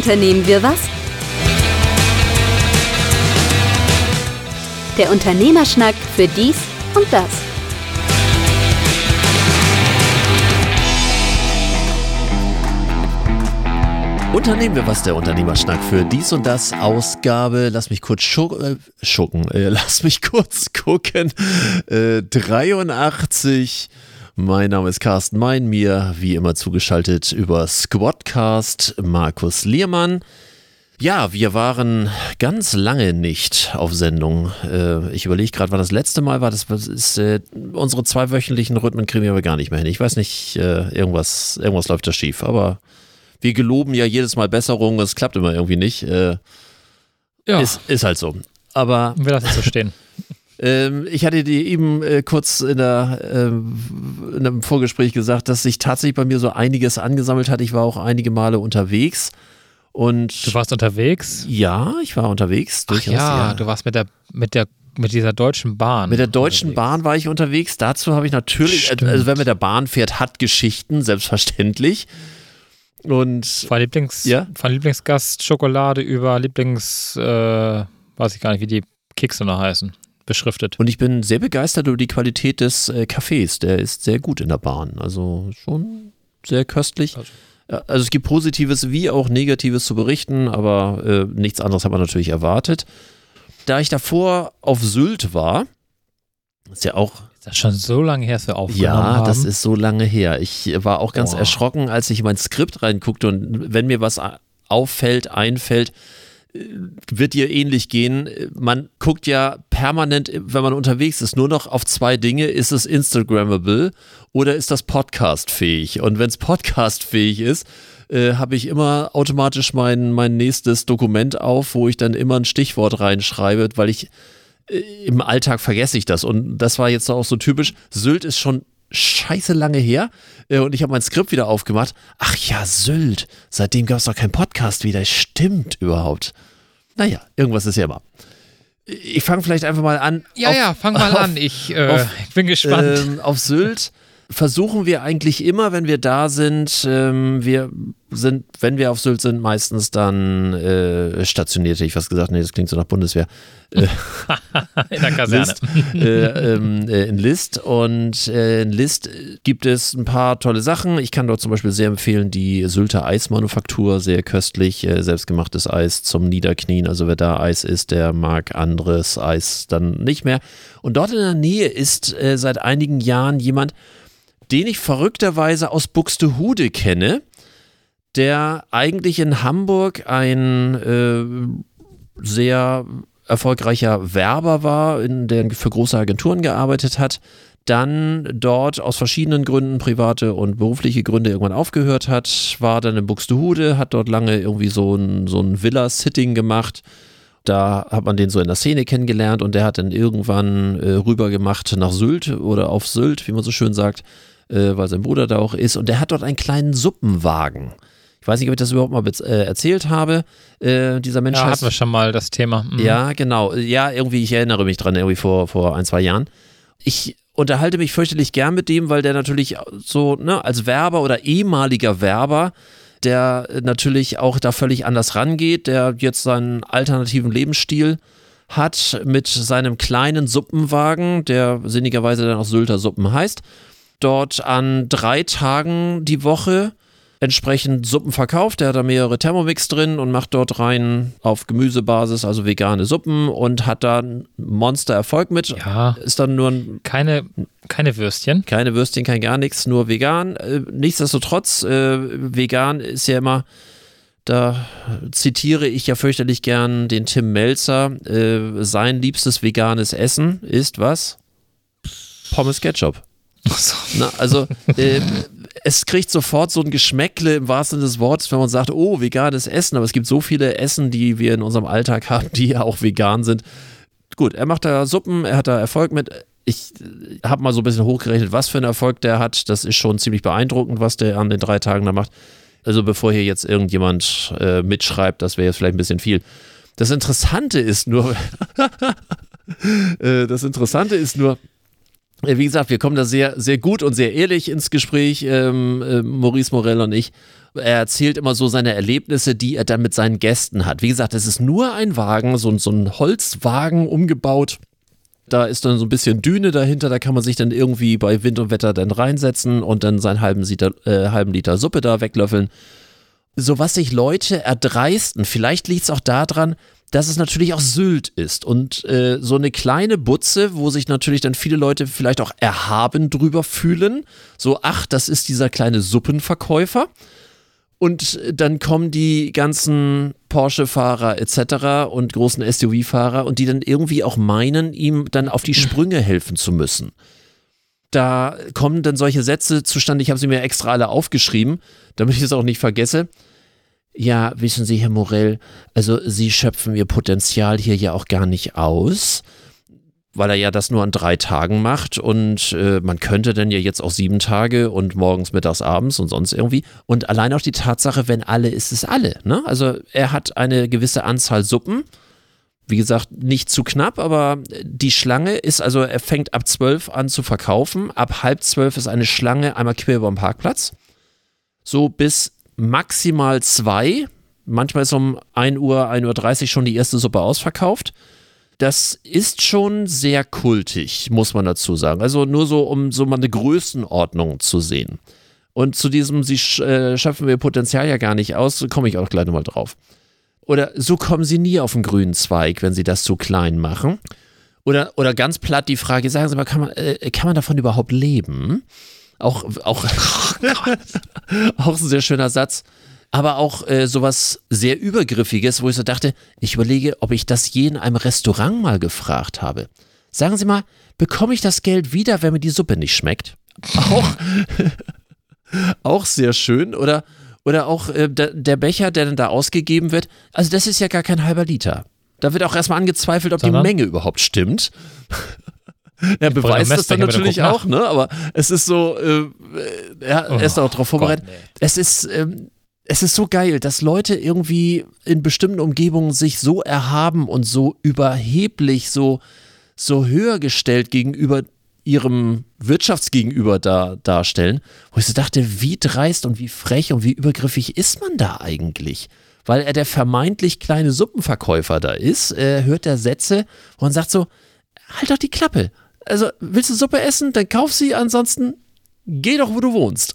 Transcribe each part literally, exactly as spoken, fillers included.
Unternehmen wir was? Der Unternehmerschnack für dies und das. Unternehmen wir was, der Unternehmerschnack für dies und das Ausgabe, lass mich kurz schu- äh, schucken, äh, lass mich kurz gucken, äh, dreiundachtzig. Mein Name ist Carsten Mein, mir wie immer zugeschaltet über Squadcast Markus Liermann. Ja, wir waren ganz lange nicht auf Sendung. Äh, ich überlege gerade, wann das letzte Mal war. Das ist äh, unsere zweiwöchentlichen Rhythmen kriegen wir aber gar nicht mehr hin. Ich weiß nicht, äh, irgendwas, irgendwas läuft da schief, aber wir geloben ja jedes Mal Besserung, es klappt immer irgendwie nicht. Äh, ja. Ist, ist halt so. Aber wir lassen es so stehen. ähm, ich hatte dir eben äh, kurz in, der, ähm, in einem Vorgespräch gesagt, dass sich tatsächlich bei mir so einiges angesammelt hat. Ich war auch einige Male unterwegs. Und du warst unterwegs? Ja, ich war unterwegs. Ach ja, ja, du warst mit der, mit der mit dieser deutschen Bahn. Mit der deutschen unterwegs. Bahn war ich unterwegs. Dazu habe ich natürlich, Stimmt. also wer mit der Bahn fährt, hat Geschichten, selbstverständlich. Und von, Lieblings, ja? von Lieblingsgast Schokolade über Lieblings, äh, weiß ich gar nicht, wie die Kekse noch heißen, beschriftet. Und ich bin sehr begeistert über die Qualität des äh, Kaffees. Der ist sehr gut in der Bahn. Also schon sehr köstlich. Also, also es gibt Positives wie auch Negatives zu berichten, aber äh, nichts anderes hat man natürlich erwartet. Da ich davor auf Sylt war, ist ja auch Ist das schon so lange her, dass wir aufgenommen ja, haben? Ja, das ist so lange her. Ich war auch ganz Boah. erschrocken, als ich in mein Skript reinguckte und wenn mir was auffällt, einfällt, wird dir ähnlich gehen. Man guckt ja permanent, wenn man unterwegs ist, nur noch auf zwei Dinge. Ist es Instagrammable oder ist das podcastfähig? Und wenn es podcastfähig ist, äh, habe ich immer automatisch mein, mein nächstes Dokument auf, wo ich dann immer ein Stichwort reinschreibe, weil ich im Alltag vergesse ich das und das war jetzt auch so typisch. Sylt ist schon scheiße lange her und ich habe mein Skript wieder aufgemacht. Ach ja, Sylt. Seitdem gab es doch keinen Podcast wieder. Stimmt überhaupt. Naja, irgendwas ist ja immer. Ich fange vielleicht einfach mal an. Ja, auf, ja, fang mal auf, an. Ich, äh, auf, ich bin gespannt. Ähm, auf Sylt versuchen wir eigentlich immer, wenn wir da sind, ähm, wir sind, wenn wir auf Sylt sind, meistens dann äh, stationiert, hätte ich fast gesagt, nee, das klingt so nach Bundeswehr. Äh, in der Kaserne. List, äh, ähm, äh, in List und äh, in List gibt es ein paar tolle Sachen. Ich kann dort zum Beispiel sehr empfehlen, die Sylter Eismanufaktur, sehr köstlich, äh, selbstgemachtes Eis zum Niederknien, also wer da Eis isst, der mag anderes Eis dann nicht mehr. Und dort in der Nähe ist äh, seit einigen Jahren jemand, den ich verrückterweise aus Buxtehude kenne, der eigentlich in Hamburg ein äh, sehr erfolgreicher Werber war, in der für große Agenturen gearbeitet hat, dann dort aus verschiedenen Gründen, private und berufliche Gründe, irgendwann aufgehört hat, war dann in Buxtehude, hat dort lange irgendwie so ein, so ein Villa-Sitting gemacht. Da hat man den so in der Szene kennengelernt und der hat dann irgendwann äh, rüber gemacht nach Sylt oder auf Sylt, wie man so schön sagt, äh, weil sein Bruder da auch ist. Und der hat dort einen kleinen Suppenwagen. Ich weiß nicht, ob ich das überhaupt mal äh, erzählt habe. Äh, dieser Mensch ja, heißt, hatten wir schon mal das Thema. Mhm. Ja, genau. Ja, irgendwie, ich erinnere mich dran, irgendwie vor, vor ein, zwei Jahren. Ich unterhalte mich fürchterlich gern mit dem, weil der natürlich so, ne, als Werber oder ehemaliger Werber, der natürlich auch da völlig anders rangeht, der jetzt seinen alternativen Lebensstil hat mit seinem kleinen Suppenwagen, der sinnigerweise dann auch Sylter Suppen heißt, dort an drei Tagen die Woche entsprechend Suppen verkauft. Der hat da mehrere Thermomix drin und macht dort rein auf Gemüsebasis, also vegane Suppen und hat da einen Monster-Erfolg mit. Ja. Ist dann nur ein, keine, keine Würstchen. Keine Würstchen, kein gar nichts, nur vegan. Äh, nichtsdestotrotz, äh, vegan ist ja immer, da zitiere ich ja fürchterlich gern den Tim Melzer. Äh, sein liebstes veganes Essen ist was? Pommes Ketchup. Ach so. Na, also äh, es kriegt sofort so ein Geschmäckle im wahrsten Sinne des Wortes, wenn man sagt, oh, veganes Essen, aber es gibt so viele Essen, die wir in unserem Alltag haben, die ja auch vegan sind. Gut, er macht da Suppen, er hat da Erfolg mit. Ich habe mal so ein bisschen hochgerechnet, was für einen Erfolg der hat. Das ist schon ziemlich beeindruckend, was der an den drei Tagen da macht. Also bevor hier jetzt irgendjemand äh, mitschreibt, das wäre jetzt vielleicht ein bisschen viel. Das Interessante ist nur, äh, das Interessante ist nur, wie gesagt, wir kommen da sehr, sehr gut und sehr ehrlich ins Gespräch, ähm, äh, Maurice Morell und ich. Er erzählt immer so seine Erlebnisse, die er dann mit seinen Gästen hat. Wie gesagt, es ist nur ein Wagen, so, so ein Holzwagen umgebaut. Da ist dann so ein bisschen Düne dahinter, da kann man sich dann irgendwie bei Wind und Wetter dann reinsetzen und dann seinen halben Liter, äh, halben Liter Suppe da weglöffeln. So was sich Leute erdreisten, vielleicht liegt es auch daran, dass es natürlich auch Sylt ist und äh, so eine kleine Butze, wo sich natürlich dann viele Leute vielleicht auch erhaben drüber fühlen. So, ach, das ist dieser kleine Suppenverkäufer. Und dann kommen die ganzen Porsche-Fahrer et cetera und großen S U V-Fahrer und die dann irgendwie auch meinen, ihm dann auf die Sprünge helfen zu müssen. Da kommen dann solche Sätze zustande, ich habe sie mir extra alle aufgeschrieben, damit ich es auch nicht vergesse. Ja, wissen Sie, Herr Morell, also Sie schöpfen Ihr Potenzial hier ja auch gar nicht aus, weil er ja das nur an drei Tagen macht und äh, man könnte dann ja jetzt auch sieben Tage und morgens, mittags, abends und sonst irgendwie. Und allein auch die Tatsache, wenn alle, ist es alle. Ne? Also er hat eine gewisse Anzahl Suppen. Wie gesagt, nicht zu knapp, aber die Schlange ist, also er fängt ab zwölf an zu verkaufen. Ab halb zwölf ist eine Schlange einmal quer über den Parkplatz. So bis maximal zwei. Manchmal ist um ein Uhr, ein Uhr dreißig schon die erste Suppe ausverkauft. Das ist schon sehr kultig, muss man dazu sagen. Also nur so, um so mal eine Größenordnung zu sehen. Und zu diesem, sie äh, schöpfen wir Potenzial ja gar nicht aus, komme ich auch gleich nochmal drauf. Oder so kommen sie nie auf den grünen Zweig, wenn sie das zu klein machen. Oder, oder ganz platt die Frage, sagen Sie mal, kann man, äh, kann man davon überhaupt leben? Auch, auch, auch ein sehr schöner Satz. Aber auch äh, sowas sehr Übergriffiges, wo ich so dachte, ich überlege, ob ich das je in einem Restaurant mal gefragt habe. Sagen Sie mal, bekomme ich das Geld wieder, wenn mir die Suppe nicht schmeckt? Auch, auch sehr schön. Oder, oder auch äh, der, der Becher, der dann da ausgegeben wird. Also das ist ja gar kein halber Liter. Da wird auch erstmal angezweifelt, ob Sondern? die Menge überhaupt stimmt. Er beweist das dann natürlich auch, ne? Aber es ist so, äh, er, er ist auch darauf vorbereitet. Gott, nee. Es ist... Ähm, Es ist so geil, dass Leute irgendwie in bestimmten Umgebungen sich so erhaben und so überheblich, so, so höher gestellt gegenüber ihrem Wirtschaftsgegenüber da, darstellen, wo ich so dachte, wie dreist und wie frech und wie übergriffig ist man da eigentlich? Weil er der vermeintlich kleine Suppenverkäufer da ist, äh, hört er Sätze, wo man sagt so, halt doch die Klappe. Also willst du Suppe essen, dann kauf sie, ansonsten geh doch, wo du wohnst.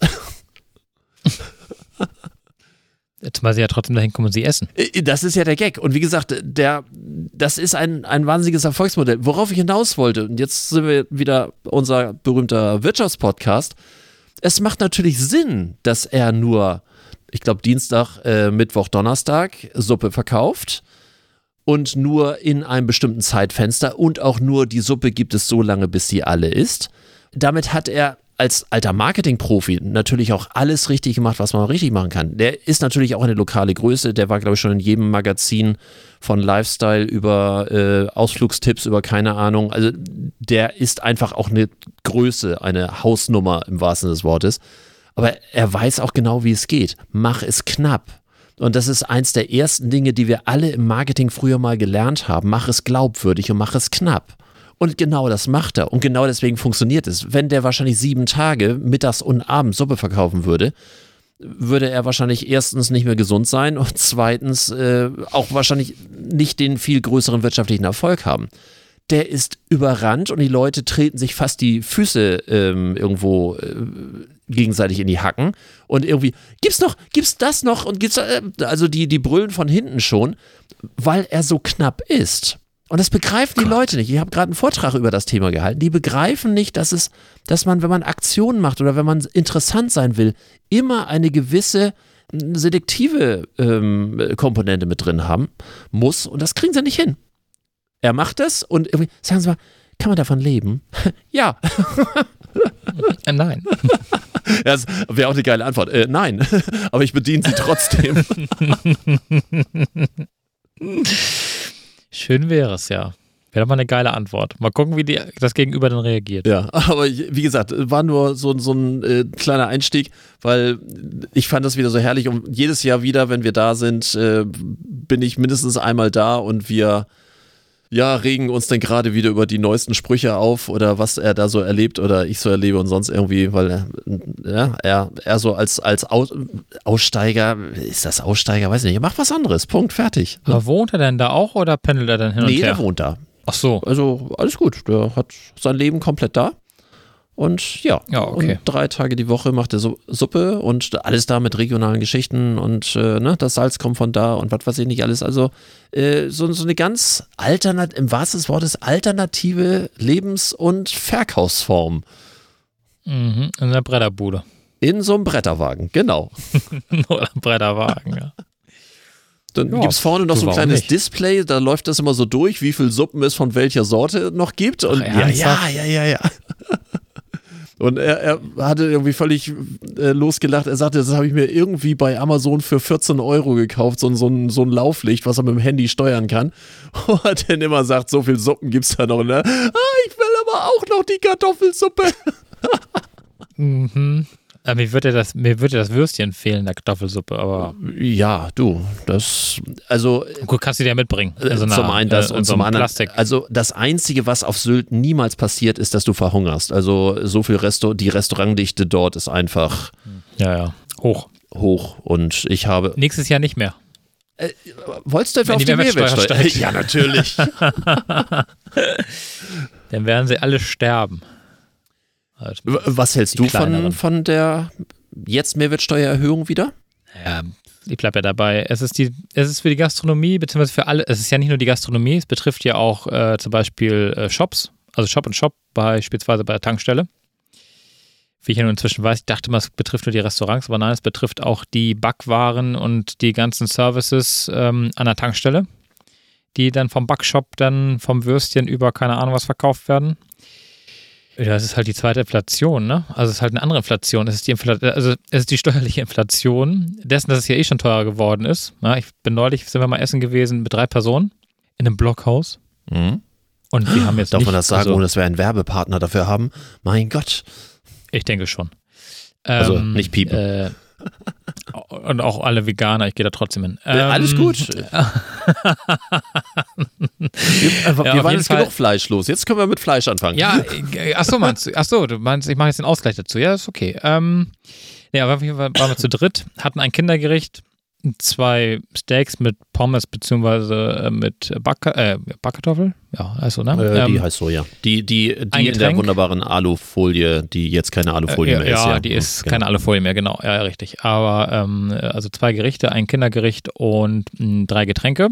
Jetzt mal sie ja trotzdem dahin kommen und sie essen. Das ist ja der Gag. Und wie gesagt, der, das ist ein, ein wahnsinniges Erfolgsmodell. Worauf ich hinaus wollte, und jetzt sind wir wieder unser berühmter Wirtschaftspodcast, es macht natürlich Sinn, dass er nur, ich glaube Dienstag, äh, Mittwoch, Donnerstag Suppe verkauft und nur in einem bestimmten Zeitfenster und auch nur die Suppe gibt es so lange, bis sie alle ist. Damit hat er als alter Marketingprofi natürlich auch alles richtig gemacht, was man richtig machen kann. Der ist natürlich auch eine lokale Größe, der war, glaube ich, schon in jedem Magazin von Lifestyle über äh, Ausflugstipps, über keine Ahnung. Also der ist einfach auch eine Größe, eine Hausnummer im wahrsten Sinne des Wortes. Aber er weiß auch genau, wie es geht. Mach es knapp. Und das ist eins der ersten Dinge, die wir alle im Marketing früher mal gelernt haben. Mach es glaubwürdig und mach es knapp. Und genau das macht er. Und genau deswegen funktioniert es. Wenn der wahrscheinlich sieben Tage mittags und abends Suppe verkaufen würde, würde er wahrscheinlich erstens nicht mehr gesund sein und zweitens äh, auch wahrscheinlich nicht den viel größeren wirtschaftlichen Erfolg haben. Der ist überrannt und die Leute treten sich fast die Füße ähm, irgendwo äh, gegenseitig in die Hacken und irgendwie, gibt's noch, gibt's das noch und gibt's, äh, also die, die brüllen von hinten schon, weil er so knapp ist. Und das begreifen die Leute nicht. Ich habe gerade einen Vortrag über das Thema gehalten. Die begreifen nicht, dass es, dass man, wenn man Aktionen macht oder wenn man interessant sein will, immer eine gewisse selektive ähm, Komponente mit drin haben muss. Und das kriegen sie nicht hin. Er macht das und irgendwie, sagen Sie mal, kann man davon leben? Ja. Äh, nein. Das wäre auch eine geile Antwort. Äh, nein, aber ich bediene sie trotzdem. Schön wäre es, ja. Wäre doch mal eine geile Antwort. Mal gucken, wie die, das Gegenüber dann reagiert. Ja, aber wie gesagt, war nur so, so ein äh, kleiner Einstieg, weil ich fand das wieder so herrlich und jedes Jahr wieder, wenn wir da sind, äh, bin ich mindestens einmal da und wir ja, regen uns denn gerade wieder über die neuesten Sprüche auf oder was er da so erlebt oder ich so erlebe und sonst irgendwie, weil er, ja, er, er so als, als Aus, Aussteiger, ist das Aussteiger, weiß ich nicht, er macht was anderes, Punkt, fertig. Aber wohnt er denn da auch oder pendelt er dann hin und Nee, her? der wohnt da. Ach so. Also alles gut, der hat sein Leben komplett da. Und ja, Ja, okay. und drei Tage die Woche macht er so Suppe und alles da mit regionalen Geschichten und äh, ne, das Salz kommt von da und was weiß ich nicht alles. Also äh, so, so eine ganz alternative, im wahrsten Sinne des Wortes, alternative Lebens- und Verkaufsform. Mhm. In der Bretterbude. In so einem Bretterwagen, genau. Oder Bretterwagen, ja. Dann Ja, gibt es vorne noch du, so ein warum kleines nicht? Display, da läuft das immer so durch, wie viel Suppen es von welcher Sorte noch gibt. Und Ach, ja, ja, ernsthaft? ja, ja, ja. Und er, er hatte irgendwie völlig äh, losgelacht. Er sagte, das habe ich mir irgendwie bei Amazon für vierzehn Euro gekauft, so, ein- so, ein, so ein Lauflicht, was er mit dem Handy steuern kann. Und er dann immer sagt, so viel Suppen gibt es da noch. Ne? Ah, ich will aber auch noch die Kartoffelsuppe. Mhm. Äh, mir würde das, mir würde das Würstchen fehlen, der Kartoffelsuppe, aber Ja, du, das, also gut, kannst du dir ja mitbringen. In so einer, zum einen das äh, in und so zum einem anderen, Plastik. also das Einzige, was auf Sylt niemals passiert, ist, dass du verhungerst. Also so viel Resto, die Restaurantdichte dort ist einfach Ja, ja. Hoch. hoch und ich habe, Nächstes Jahr nicht mehr. wolltest du etwa Wenn auf die die Mehrwertsteuer Mehrwertsteuer? steigt. Ja, natürlich. Dann werden sie alle sterben. Also, W- Was hältst Die du von, kleineren. von der jetzt Mehrwertsteuererhöhung wieder? ja, ich bleibe ja dabei. Es ist, die, es ist für die Gastronomie, beziehungsweise für alle, es ist ja nicht nur die Gastronomie, es betrifft ja auch äh, zum Beispiel äh, Shops, also Shop und Shop, beispielsweise bei der Tankstelle. Wie ich ja nun inzwischen weiß, ich dachte mal, es betrifft nur die Restaurants, aber nein, es betrifft auch die Backwaren und die ganzen Services ähm, an der Tankstelle, die dann vom Backshop dann vom Würstchen über keine Ahnung was verkauft werden. Ja, es ist halt die zweite Inflation, ne? Also es ist halt eine andere Inflation. Es ist die Infl- also es ist die steuerliche Inflation dessen, dass es ja eh schon teurer geworden ist. Ja, ich bin neulich, sind wir mal essen gewesen mit drei Personen in einem Blockhaus. Mhm. Und wir haben jetzt Darf nicht, man das sagen, also, ohne dass wir einen Werbepartner dafür haben? Mein Gott. ich denke schon. Also Ähm, nicht piepen. Äh, und auch alle Veganer, ich gehe da trotzdem hin. Äh, Alles Ähm, gut. wir wir auf waren jeden jetzt Fall- genug fleischlos. Jetzt können wir mit Fleisch anfangen. Ja, äh, ach so, meinst du, ach so, du meinst, ich mache jetzt den Ausgleich dazu. Ja, ist okay. Ähm, ja, aber auf jeden Fall waren wir zu dritt, hatten ein Kindergericht, zwei Steaks mit Pommes beziehungsweise äh, mit Back, äh, Backkartoffel. Ja, also, ne? Äh, die Ähm, heißt so, ja. Die, die, die ein in der Getränk. wunderbaren Alufolie, die jetzt keine Alufolie ja, mehr ist. ja, die ist genau. keine Alufolie mehr, genau. Ja, richtig. Aber ähm, also zwei Gerichte, ein Kindergericht und mh, drei Getränke.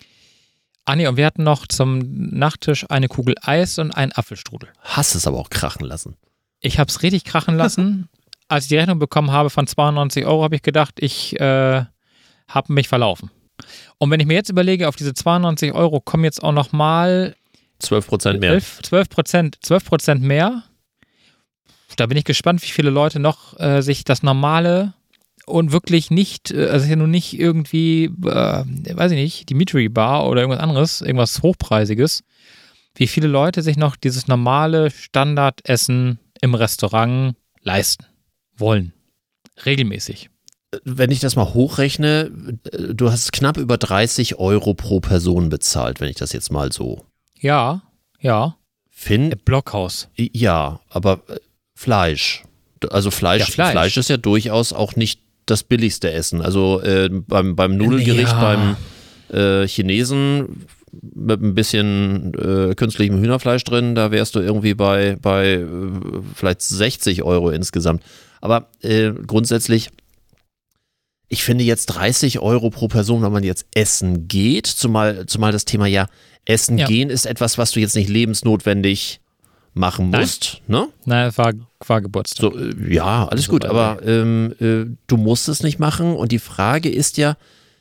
Ah nee, und wir hatten noch zum Nachtisch eine Kugel Eis und einen Apfelstrudel. Hast es aber auch krachen lassen. Ich habe es richtig krachen lassen. Als ich die Rechnung bekommen habe von zweiundneunzig Euro, habe ich gedacht, ich äh, habe mich verlaufen. Und wenn ich mir jetzt überlege, auf diese zweiundneunzig Euro kommen jetzt auch nochmal zwölf Prozent mehr. zwölf Prozent, zwölf Prozent mehr. Da bin ich gespannt, wie viele Leute noch äh, sich das normale und wirklich nicht, äh, also hier nur nicht irgendwie, äh, weiß ich nicht, Dimitri Bar oder irgendwas anderes, irgendwas Hochpreisiges, wie viele Leute sich noch dieses normale Standardessen im Restaurant leisten wollen. Regelmäßig. Wenn ich das mal hochrechne, du hast knapp über dreißig Euro pro Person bezahlt, wenn ich das jetzt mal so Ja, ja. finde. Blockhaus. Ja, aber äh, Fleisch. Also Fleisch, Ja, Fleisch. Fleisch ist ja durchaus auch nicht das billigste Essen. Also äh, beim, beim Nudelgericht, Ja. beim äh, Chinesen mit ein bisschen äh, künstlichem Hühnerfleisch drin, da wärst du irgendwie bei, bei äh, vielleicht sechzig Euro insgesamt. Aber äh, grundsätzlich, ich finde jetzt dreißig Euro pro Person, wenn man jetzt essen geht, zumal, zumal das Thema ja, Essen Ja. gehen ist etwas, was du jetzt nicht lebensnotwendig machen Nein. musst, ne? Nein, es war, war Geburtstag. So, äh, ja, alles Also gut, bei- aber ähm, äh, du musst es nicht machen und die Frage ist ja,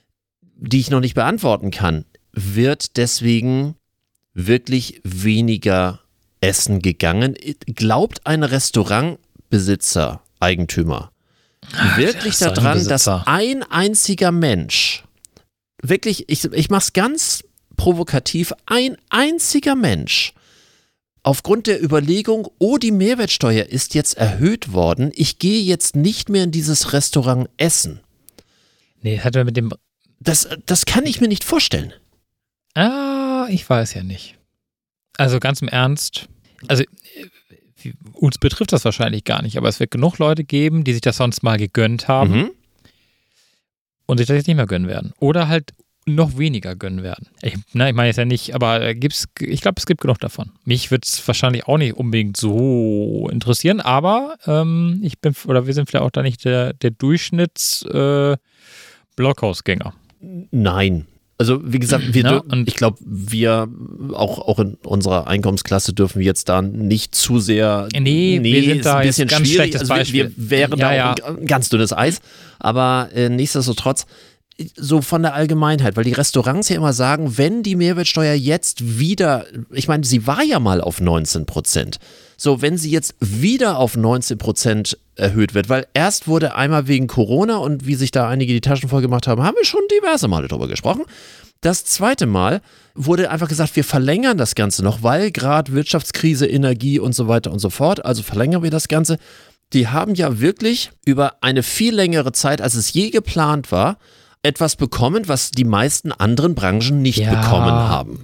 die ich noch nicht beantworten kann, wird deswegen wirklich weniger Essen gegangen? Glaubt ein Restaurantbesitzer, Eigentümer, wirklich daran, dass Restaurantbesitzer. ein einziger Mensch, wirklich, ich, ich mach's ganz provokativ, ein einziger Mensch aufgrund der Überlegung, oh, die Mehrwertsteuer ist jetzt erhöht worden, ich gehe jetzt nicht mehr in dieses Restaurant essen. Nee, hat er mit dem. Das, das kann ich mir nicht vorstellen. Ah, ich weiß ja nicht. Also ganz im Ernst, also uns betrifft das wahrscheinlich gar nicht, aber es wird genug Leute geben, die sich das sonst mal gegönnt haben Mhm. und sich das jetzt nicht mehr gönnen werden. Oder halt noch weniger gönnen werden. Ich, na, ich meine jetzt ja nicht, aber gibt's, ich glaube, es gibt genug davon. Mich wird es wahrscheinlich auch nicht unbedingt so interessieren, aber ähm, ich bin, oder wir sind vielleicht auch da nicht der, der Durchschnitts-Blockhausgänger. Äh, Nein. Also wie gesagt, wir Ja, dür- und- ich glaube, wir auch, auch in unserer Einkommensklasse dürfen wir jetzt da nicht zu sehr. Nee, wir sind ist da ein jetzt bisschen ganz schwierig. schlechtes Also wir, wir Beispiel. wären Ja, da ja. auch ein ganz dünnes Eis. Aber äh, nichtsdestotrotz, so von der Allgemeinheit, weil die Restaurants ja immer sagen, wenn die Mehrwertsteuer jetzt wieder, ich meine, sie war ja mal auf neunzehn Prozent. So, wenn sie jetzt wieder auf neunzehn Prozent erhöht wird, weil erst wurde einmal wegen Corona und wie sich da einige die Taschen voll gemacht haben, haben wir schon diverse Male drüber gesprochen. Das zweite Mal wurde einfach gesagt, wir verlängern das Ganze noch, weil gerade Wirtschaftskrise, Energie und so weiter und so fort, also verlängern wir das Ganze. Die haben ja wirklich über eine viel längere Zeit, als es je geplant war, etwas bekommen, was die meisten anderen Branchen nicht Ja. bekommen haben.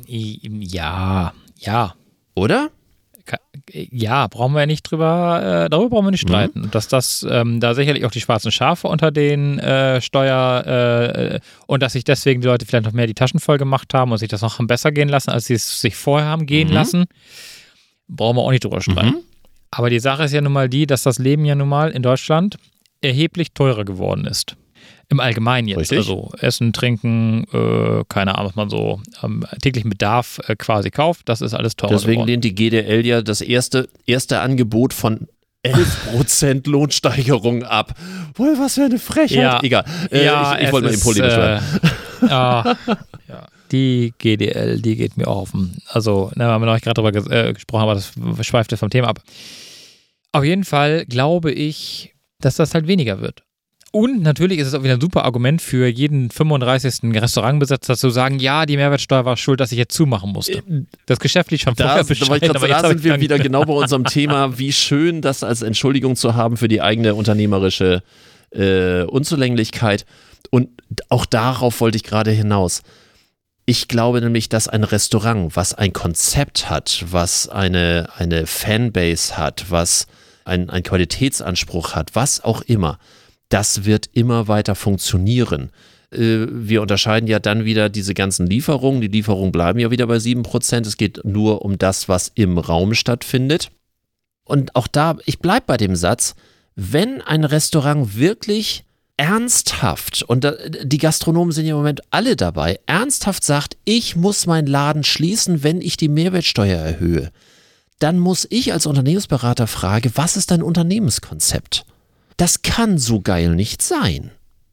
Ja, ja. Oder? Ka- Ja, brauchen wir ja nicht drüber, äh, darüber brauchen wir nicht streiten. Und dass das ähm, da sicherlich auch die schwarzen Schafe unter den äh, Steuer äh, und dass sich deswegen die Leute vielleicht noch mehr die Taschen voll gemacht haben und sich das noch besser gehen lassen, als sie es sich vorher haben gehen Mhm. lassen, brauchen wir auch nicht drüber streiten. Mhm. Aber die Sache ist ja nun mal die, dass das Leben ja nun mal in Deutschland erheblich teurer geworden ist. Im Allgemeinen jetzt. Richtig. Also Essen, Trinken, äh, keine Ahnung, was man so am täglichen Bedarf äh, quasi kauft, das ist alles teurer Deswegen geworden. lehnt die G D L ja das erste, erste Angebot von elf Prozent Lohnsteigerung ab. Wohl, was für eine Frechheit. Ja. Egal. Äh, Ja, ich ich es wollte mal ist, im polemisch werden. äh, ah, ja. Die G D L, die geht mir auch auf den, also, ne, haben wir noch nicht gerade drüber ges äh, gesprochen, aber das schweift jetzt vom Thema ab. Auf jeden Fall glaube ich, dass das halt weniger wird. Und natürlich ist es auch wieder ein super Argument für jeden fünfunddreißigsten Restaurantbesitzer zu sagen, ja, die Mehrwertsteuer war schuld, dass ich jetzt zumachen musste. Das Geschäft lief schon Da, vorher da, wollte ich bescheiden, grad aber sagen, jetzt da hab sind ich wir dann- wieder genau bei unserem Thema, wie schön das als Entschuldigung zu haben für die eigene unternehmerische äh, Unzulänglichkeit. Und auch darauf wollte ich gerade hinaus. Ich glaube nämlich, dass ein Restaurant, was ein Konzept hat, was eine, eine Fanbase hat, was ein, ein Qualitätsanspruch hat, was auch immer, das wird immer weiter funktionieren. Äh, Wir unterscheiden ja dann wieder diese ganzen Lieferungen. Die Lieferungen bleiben ja wieder bei sieben Prozent. Es geht nur um das, was im Raum stattfindet. Und auch da, ich bleibe bei dem Satz, wenn ein Restaurant wirklich ernsthaft, und da, die Gastronomen sind ja im Moment alle dabei, ernsthaft sagt, ich muss meinen Laden schließen, wenn ich die Mehrwertsteuer erhöhe, dann muss ich als Unternehmensberater fragen, was ist dein Unternehmenskonzept? Das kann so geil nicht sein.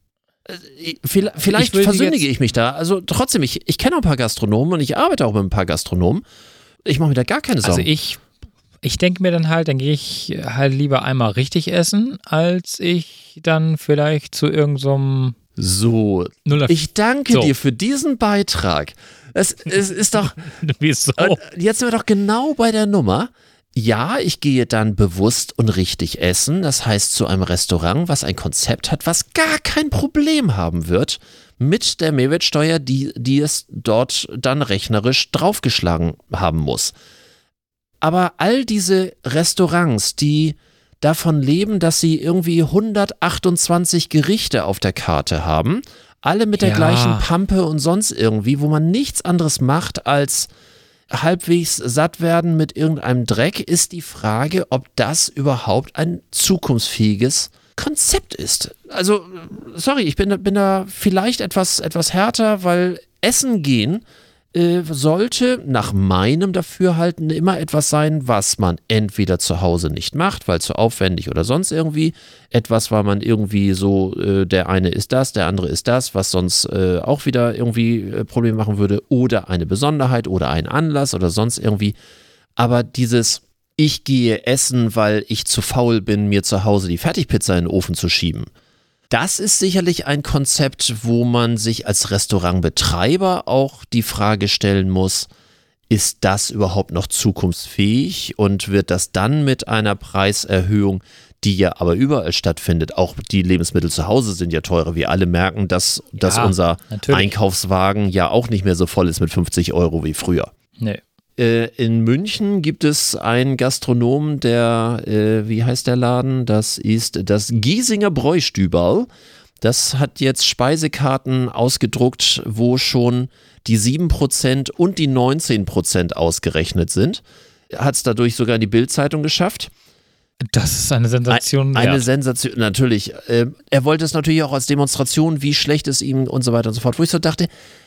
Äh, Vielleicht, vielleicht Ich will versündige jetzt- ich mich da. Also trotzdem, ich, ich kenne auch ein paar Gastronomen und ich arbeite auch mit ein paar Gastronomen. Ich mache mir da gar keine Sorgen. Also ich, ich denke mir dann halt, dann gehe ich halt lieber einmal richtig essen, als ich dann vielleicht zu irgendeinem so, Nuller. ich danke So. dir für diesen Beitrag. Es, es ist doch, Wieso? Und jetzt sind wir doch genau bei der Nummer. Ja, ich gehe dann bewusst und richtig essen, das heißt zu einem Restaurant, was ein Konzept hat, was gar kein Problem haben wird mit der Mehrwertsteuer, die, die es dort dann rechnerisch draufgeschlagen haben muss. Aber all diese Restaurants, die davon leben, dass sie irgendwie hundertachtundzwanzig Gerichte auf der Karte haben, alle mit der Ja. gleichen Pampe und sonst irgendwie, wo man nichts anderes macht als halbwegs satt werden mit irgendeinem Dreck, ist die Frage, ob das überhaupt ein zukunftsfähiges Konzept ist. Also, sorry, ich bin, da- bin da vielleicht etwas, etwas härter, weil Essen gehen äh, sollte nach meinem Dafürhalten immer etwas sein, was man entweder zu Hause nicht macht, weil zu aufwendig oder sonst irgendwie, etwas, weil man irgendwie so, äh, der eine ist das, der andere ist das, was sonst äh, auch wieder irgendwie äh, Probleme machen würde, oder eine Besonderheit oder ein Anlass oder sonst irgendwie. Aber dieses, ich gehe essen, weil ich zu faul bin, mir zu Hause die Fertigpizza in den Ofen zu schieben, das ist sicherlich ein Konzept, wo man sich als Restaurantbetreiber auch die Frage stellen muss, ist das überhaupt noch zukunftsfähig und wird das dann mit einer Preiserhöhung, die ja aber überall stattfindet. Auch die Lebensmittel zu Hause sind ja teurer. Wir alle merken, dass, Ja, dass unser natürlich. Einkaufswagen ja auch nicht mehr so voll ist mit fünfzig Euro wie früher. Nee. Äh, in München gibt es einen Gastronomen, der, äh, wie heißt der Laden? Das ist das Giesinger Bräustüberl. Das hat jetzt Speisekarten ausgedruckt, wo schon die sieben Prozent und die neunzehn Prozent ausgerechnet sind. Hat es dadurch sogar in die Bild-Zeitung geschafft. Das ist eine Sensation. Eine wert. Sensation, natürlich. Äh, er wollte es natürlich auch als Demonstration, wie schlecht es ihm und so weiter und so fort. Wo ich so dachte,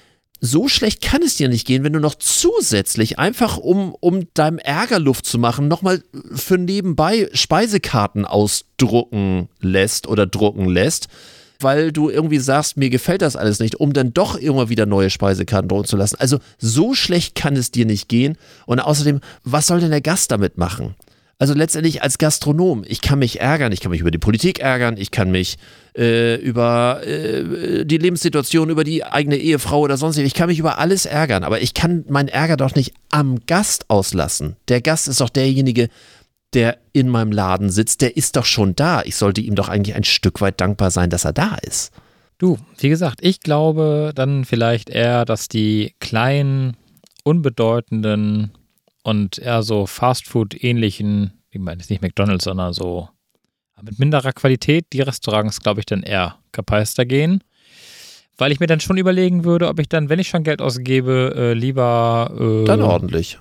so schlecht kann es dir nicht gehen, wenn du noch zusätzlich, einfach um, um deinem Ärger Luft zu machen, nochmal für nebenbei Speisekarten ausdrucken lässt oder drucken lässt, weil du irgendwie sagst, mir gefällt das alles nicht, um dann doch immer wieder neue Speisekarten drucken zu lassen. Also so schlecht kann es dir nicht gehen. Und außerdem, was soll denn der Gast damit machen? Also letztendlich als Gastronom, ich kann mich ärgern, ich kann mich über die Politik ärgern, ich kann mich äh, über äh, die Lebenssituation, über die eigene Ehefrau oder sonst, ich kann mich über alles ärgern, aber ich kann meinen Ärger doch nicht am Gast auslassen. Der Gast ist doch derjenige, der in meinem Laden sitzt, der ist doch schon da. Ich sollte ihm doch eigentlich ein Stück weit dankbar sein, dass er da ist. Du, wie gesagt, ich glaube dann vielleicht eher, dass die kleinen, unbedeutenden und eher so Fastfood-ähnlichen, ich meine jetzt nicht McDonald's, sondern so mit minderer Qualität, die Restaurants, glaube ich, dann eher kapeister gehen. Weil ich mir dann schon überlegen würde, ob ich dann, wenn ich schon Geld ausgebe, äh, lieber äh, Dann ordentlich.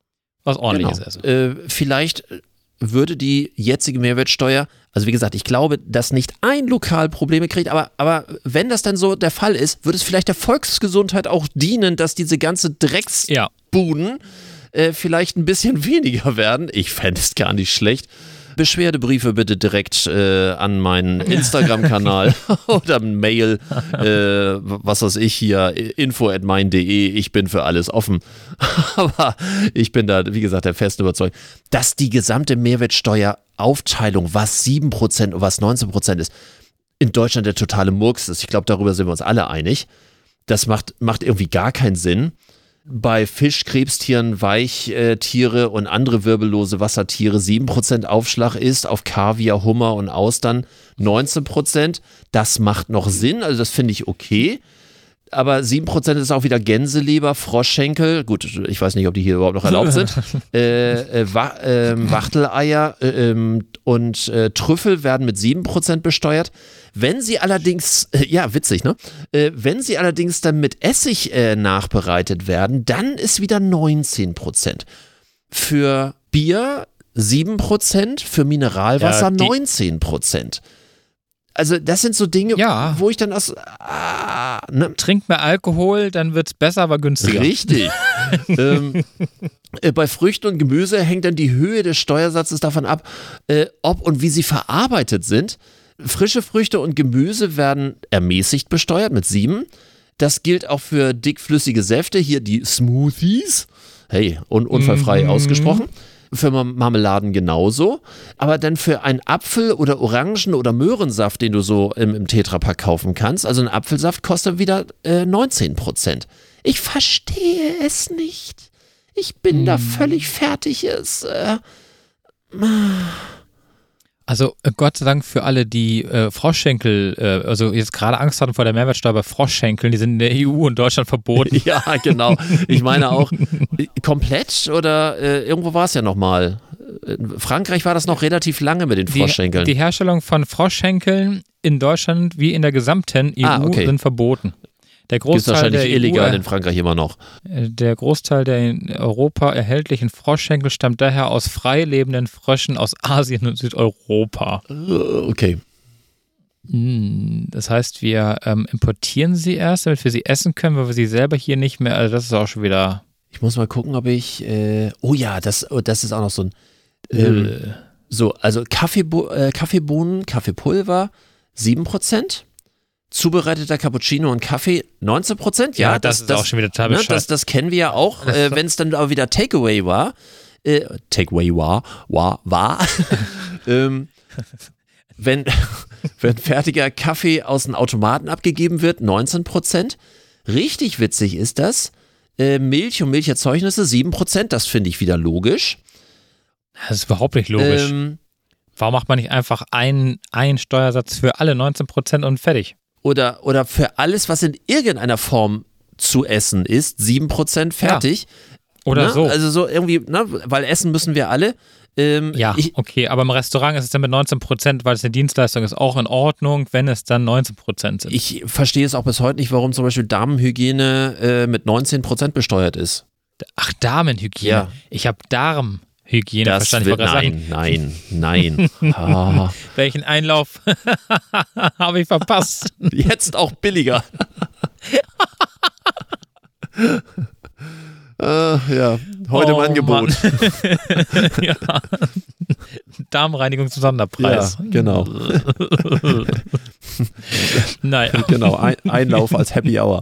was ordentliches Genau. esse. Äh, vielleicht würde die jetzige Mehrwertsteuer, also wie gesagt, ich glaube, dass nicht ein Lokal Probleme kriegt, aber, aber wenn das dann so der Fall ist, würde es vielleicht der Volksgesundheit auch dienen, dass diese ganze Drecksbuden Ja. äh, vielleicht ein bisschen weniger werden. Ich fände es gar nicht schlecht. Beschwerdebriefe bitte direkt äh, an meinen Instagram-Kanal oder Mail, äh, was weiß ich hier, info at mein punkt de, ich bin für alles offen. Aber ich bin da, wie gesagt, der festen Überzeugung, dass die gesamte Mehrwertsteueraufteilung, was sieben Prozent und was neunzehn Prozent ist, in Deutschland der totale Murks ist. Ich glaube, darüber sind wir uns alle einig. Das macht, macht irgendwie gar keinen Sinn. Bei Fisch, Krebstieren, Weichtiere und andere wirbellose Wassertiere sieben Prozent Aufschlag ist, auf Kaviar, Hummer und Austern neunzehn Prozent. Das macht noch Sinn, also das finde ich okay. Aber sieben Prozent ist auch wieder Gänseleber, Froschschenkel, gut, ich weiß nicht, ob die hier überhaupt noch erlaubt sind, äh, äh, Wa äh, Wachteleier äh, äh, und äh, Trüffel werden mit sieben Prozent besteuert. Wenn sie allerdings, äh, ja witzig, ne? Äh, wenn sie allerdings dann mit Essig äh, nachbereitet werden, dann ist wieder neunzehn Prozent. Für Bier sieben Prozent, für Mineralwasser Ja, die- neunzehn Prozent. Also das sind so Dinge, Ja. wo ich dann aus, ah, ne? Trink mehr Alkohol, dann wird es besser, aber günstiger. Richtig. ähm, äh, bei Früchten und Gemüse hängt dann die Höhe des Steuersatzes davon ab, äh, ob und wie sie verarbeitet sind. Frische Früchte und Gemüse werden ermäßigt besteuert mit sieben. Das gilt auch für dickflüssige Säfte, hier die Smoothies. Hey, un unfallfrei Mhm. ausgesprochen. Für Marmeladen genauso. Aber dann für einen Apfel- oder Orangen- oder Möhrensaft, den du so im, im Tetrapack kaufen kannst, also ein Apfelsaft kostet wieder äh, neunzehn Prozent. Ich verstehe es nicht. Ich bin da völlig fertig. Es, äh, Also äh, Gott sei Dank für alle, die äh, Froschschenkel, äh, also jetzt gerade Angst hatten vor der Mehrwertsteuer bei Froschschenkeln, die sind in der E U und Deutschland verboten. ja, genau. Ich meine auch komplett oder äh, irgendwo war es ja nochmal. In Frankreich war das noch relativ lange mit den Froschschenkeln. Die, die Herstellung von Froschschenkeln in Deutschland wie in der gesamten E U Ah, okay. sind verboten. Der Gibt es Großteil wahrscheinlich der illegal E U, in Frankreich immer noch. äh, der Großteil der in Europa erhältlichen Froschschenkel stammt daher aus frei lebenden Fröschen aus Asien und Südeuropa. Äh, Okay. Mm, Das heißt, wir ähm, importieren sie erst, damit wir sie essen können, weil wir sie selber hier nicht mehr, also das ist auch schon wieder Ich muss mal gucken, ob ich. Äh, oh ja, das, oh, das ist auch noch so ein. Ähm, äh, so, also Kaffeebo äh, Kaffeebohnen, Kaffeepulver sieben Prozent. Zubereiteter Cappuccino und Kaffee neunzehn Prozent. Ja, Ja, das ist auch schon wieder total ne, bescheuert. das, das kennen wir ja auch. Äh, Wenn es dann aber wieder Takeaway war. Äh, Takeaway war, war, war. ähm, wenn, wenn fertiger Kaffee aus dem Automaten abgegeben wird, neunzehn Prozent. Richtig witzig ist das. Äh, Milch und Milcherzeugnisse sieben Prozent. Das finde ich wieder logisch. das ist überhaupt nicht logisch. Ähm, Warum macht man nicht einfach einen, einen Steuersatz für alle neunzehn Prozent und fertig? Oder, oder für alles, was in irgendeiner Form zu essen ist, sieben Prozent fertig. Ja. Oder ne? so. Also so irgendwie, ne? Weil essen müssen wir alle. Ähm, ja, ich, okay, aber im Restaurant ist es dann mit neunzehn Prozent, weil es eine Dienstleistung ist, auch in Ordnung, wenn es dann neunzehn Prozent sind. Ich verstehe es auch bis heute nicht, warum zum Beispiel Damenhygiene äh, mit neunzehn Prozent besteuert ist. Ach, Damenhygiene. Ja. Ich habe Darmhygiene Das verstanden. wird, Ich nein, nein, nein, nein. Ah. Welchen Einlauf habe ich verpasst? Jetzt auch billiger. Uh, ja, heute oh, im Angebot. ja. Darmreinigung zum Sonderpreis. Ja, genau. naja. Genau, ein, Einlauf als Happy Hour.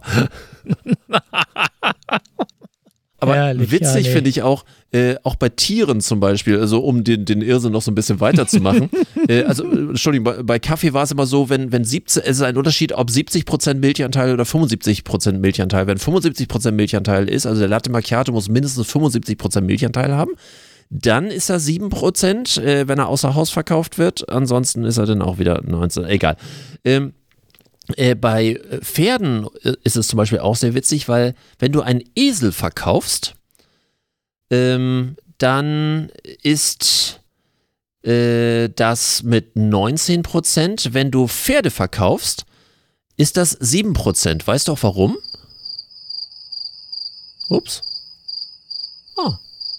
Aber Herrlich, witzig ja, nee. finde ich auch, äh, auch bei Tieren zum Beispiel, also um den, den Irrsinn noch so ein bisschen weiterzumachen. äh, also, Entschuldigung, bei, bei Kaffee war es immer so, wenn, wenn siebzig, es ist ein Unterschied, ob siebzig Prozent Milchanteil oder fünfundsiebzig Prozent Milchanteil. Wenn fünfundsiebzig Prozent Milchanteil ist, also der Latte Macchiato muss mindestens fünfundsiebzig Prozent Milchanteil haben, dann ist er sieben Prozent, äh, wenn er außer Haus verkauft wird. Ansonsten ist er dann auch wieder neunzehn, egal. Ähm, Äh, bei Pferden ist es zum Beispiel auch sehr witzig, weil wenn du einen Esel verkaufst, ähm, dann ist äh, das mit neunzehn Prozent. Wenn du Pferde verkaufst, ist das sieben Prozent. Weißt du auch warum? Ups. Ah.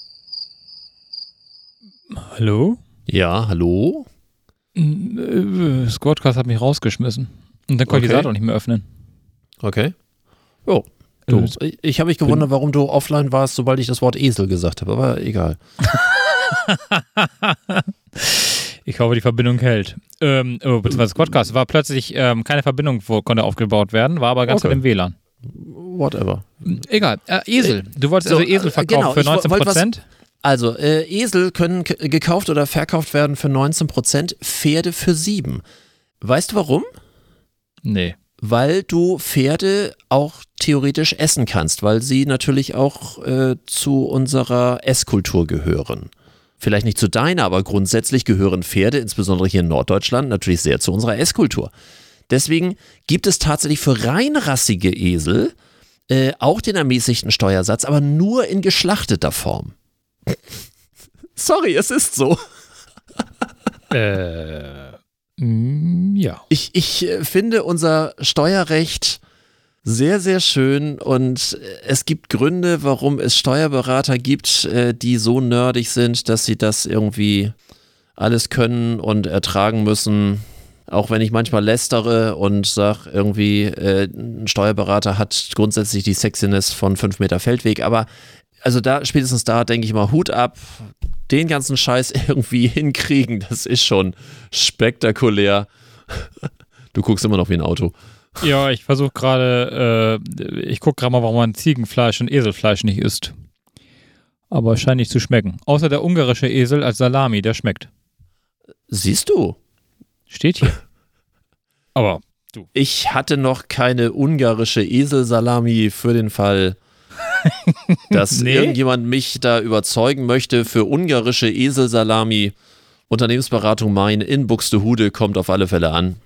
Hallo? Ja, hallo? Squadcast hat mich rausgeschmissen. Und dann konnte ich die Okay. Seite auch nicht mehr öffnen. Okay. Jo. Du, ich ich habe mich gewundert, warum du offline warst, sobald ich das Wort Esel gesagt habe, aber egal. Ich hoffe, die Verbindung hält. Ähm, oh, beziehungsweise Squadcast war plötzlich ähm, keine Verbindung, wo konnte aufgebaut werden, war aber ganz Okay. mit dem W L A N. Whatever. Egal. Äh, Esel. Du wolltest So, also Esel äh, verkaufen genau, für ich wo- neunzehn wollte was- Prozent? Also, äh, Esel können k- gekauft oder verkauft werden für neunzehn Prozent, Pferde für sieben. Weißt du warum? Nee. Weil du Pferde auch theoretisch essen kannst, weil sie natürlich auch äh, zu unserer Esskultur gehören. Vielleicht nicht zu deiner, aber grundsätzlich gehören Pferde, insbesondere hier in Norddeutschland, natürlich sehr zu unserer Esskultur. Deswegen gibt es tatsächlich für reinrassige Esel äh, auch den ermäßigten Steuersatz, aber nur in geschlachteter Form. Sorry, es ist so. Äh, mm, ja. Ich, ich äh, finde unser Steuerrecht sehr, sehr schön und äh, es gibt Gründe, warum es Steuerberater gibt, äh, die so nerdig sind, dass sie das irgendwie alles können und ertragen müssen. Auch wenn ich manchmal lästere und sage, irgendwie, äh, ein Steuerberater hat grundsätzlich die Sexiness von fünf Meter Feldweg, aber also da, spätestens da denke ich mal, Hut ab, den ganzen Scheiß irgendwie hinkriegen, das ist schon spektakulär. Du guckst immer noch wie ein Auto. Ja, ich versuche gerade, äh, ich gucke gerade mal, warum man Ziegenfleisch und Eselfleisch nicht isst. Aber es scheint nicht zu schmecken. Außer der ungarische Esel als Salami, der schmeckt. Siehst du? Steht hier. Aber du. Ich hatte noch keine ungarische Eselsalami für den Fall, dass Nee? irgendjemand mich da überzeugen möchte für ungarische Eselsalami. Unternehmensberatung Main in Buxtehude kommt auf alle Fälle an.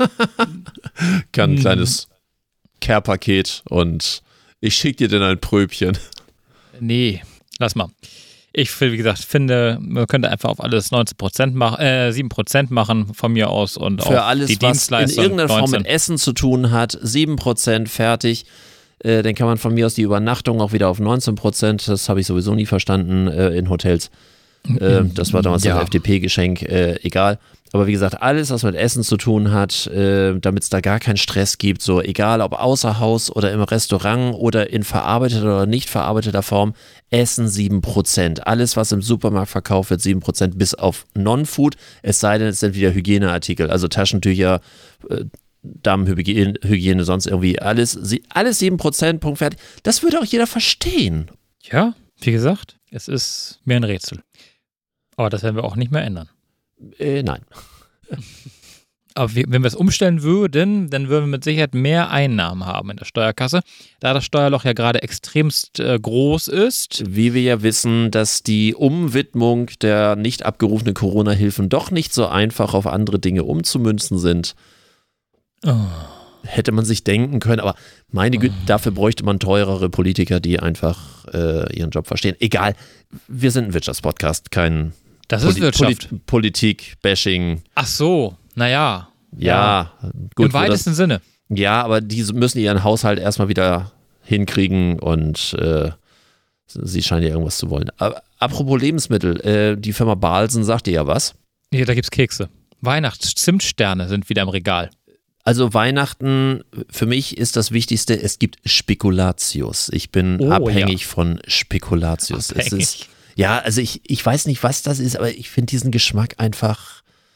Kann ein Hm. kleines Care-Paket und ich schicke dir dann ein Pröbchen. Nee, lass mal. Ich, wie gesagt, finde, man könnte einfach auf alles neunzehn Prozent machen, äh, sieben Prozent machen von mir aus und Für auch alles, die was in Dienstleistung irgendeiner Form neunzehn. mit Essen zu tun hat, sieben Prozent fertig. Äh, dann kann man von mir aus die Übernachtung auch wieder auf neunzehn Prozent, das habe ich sowieso nie verstanden, äh, in Hotels. Äh, das war damals Ja. ein F D P-Geschenk, äh, egal. Aber wie gesagt, alles, was mit Essen zu tun hat, äh, damit es da gar keinen Stress gibt, so egal ob außer Haus oder im Restaurant oder in verarbeiteter oder nicht verarbeiteter Form, Essen sieben Prozent. Alles, was im Supermarkt verkauft wird, sieben Prozent bis auf Non-Food, es sei denn, es sind wieder Hygieneartikel, also Taschentücher, äh, Damenhygiene, Hygiene, sonst irgendwie alles, sie- alles sieben Prozent, Punkt fertig. Das würde auch jeder verstehen. Ja, wie gesagt, es ist mir ein Rätsel. Aber das werden wir auch nicht mehr ändern. Äh, nein. Aber wir, wenn wir es umstellen würden, dann würden wir mit Sicherheit mehr Einnahmen haben in der Steuerkasse, da das Steuerloch ja gerade extremst äh, groß ist. Wie wir ja wissen, dass die Umwidmung der nicht abgerufenen Corona-Hilfen doch nicht so einfach auf andere Dinge umzumünzen sind. Oh. Hätte man sich denken können, aber meine Güte, oh. dafür bräuchte man teurere Politiker, die einfach äh, ihren Job verstehen. Egal, wir sind ein Wirtschaftspodcast, kein Das ist Poli- Wirtschaft. Poli- Politik-Bashing. Ach so, naja. Ja, ja, gut. Im weitesten das, Sinne. Ja, aber die müssen ihren Haushalt erstmal wieder hinkriegen und äh, sie scheinen ja irgendwas zu wollen. Aber, apropos Lebensmittel, äh, die Firma Balsen sagt dir ja was. Ja, da gibt's Kekse. Weihnachts-Zimtsterne sind wieder im Regal. Also Weihnachten, für mich ist das Wichtigste, es gibt Spekulatius. Ich bin Oh, abhängig ja. von Spekulatius. Es Abhängig. ist, ja, also ich, ich weiß nicht, was das ist, aber ich finde diesen Geschmack einfach,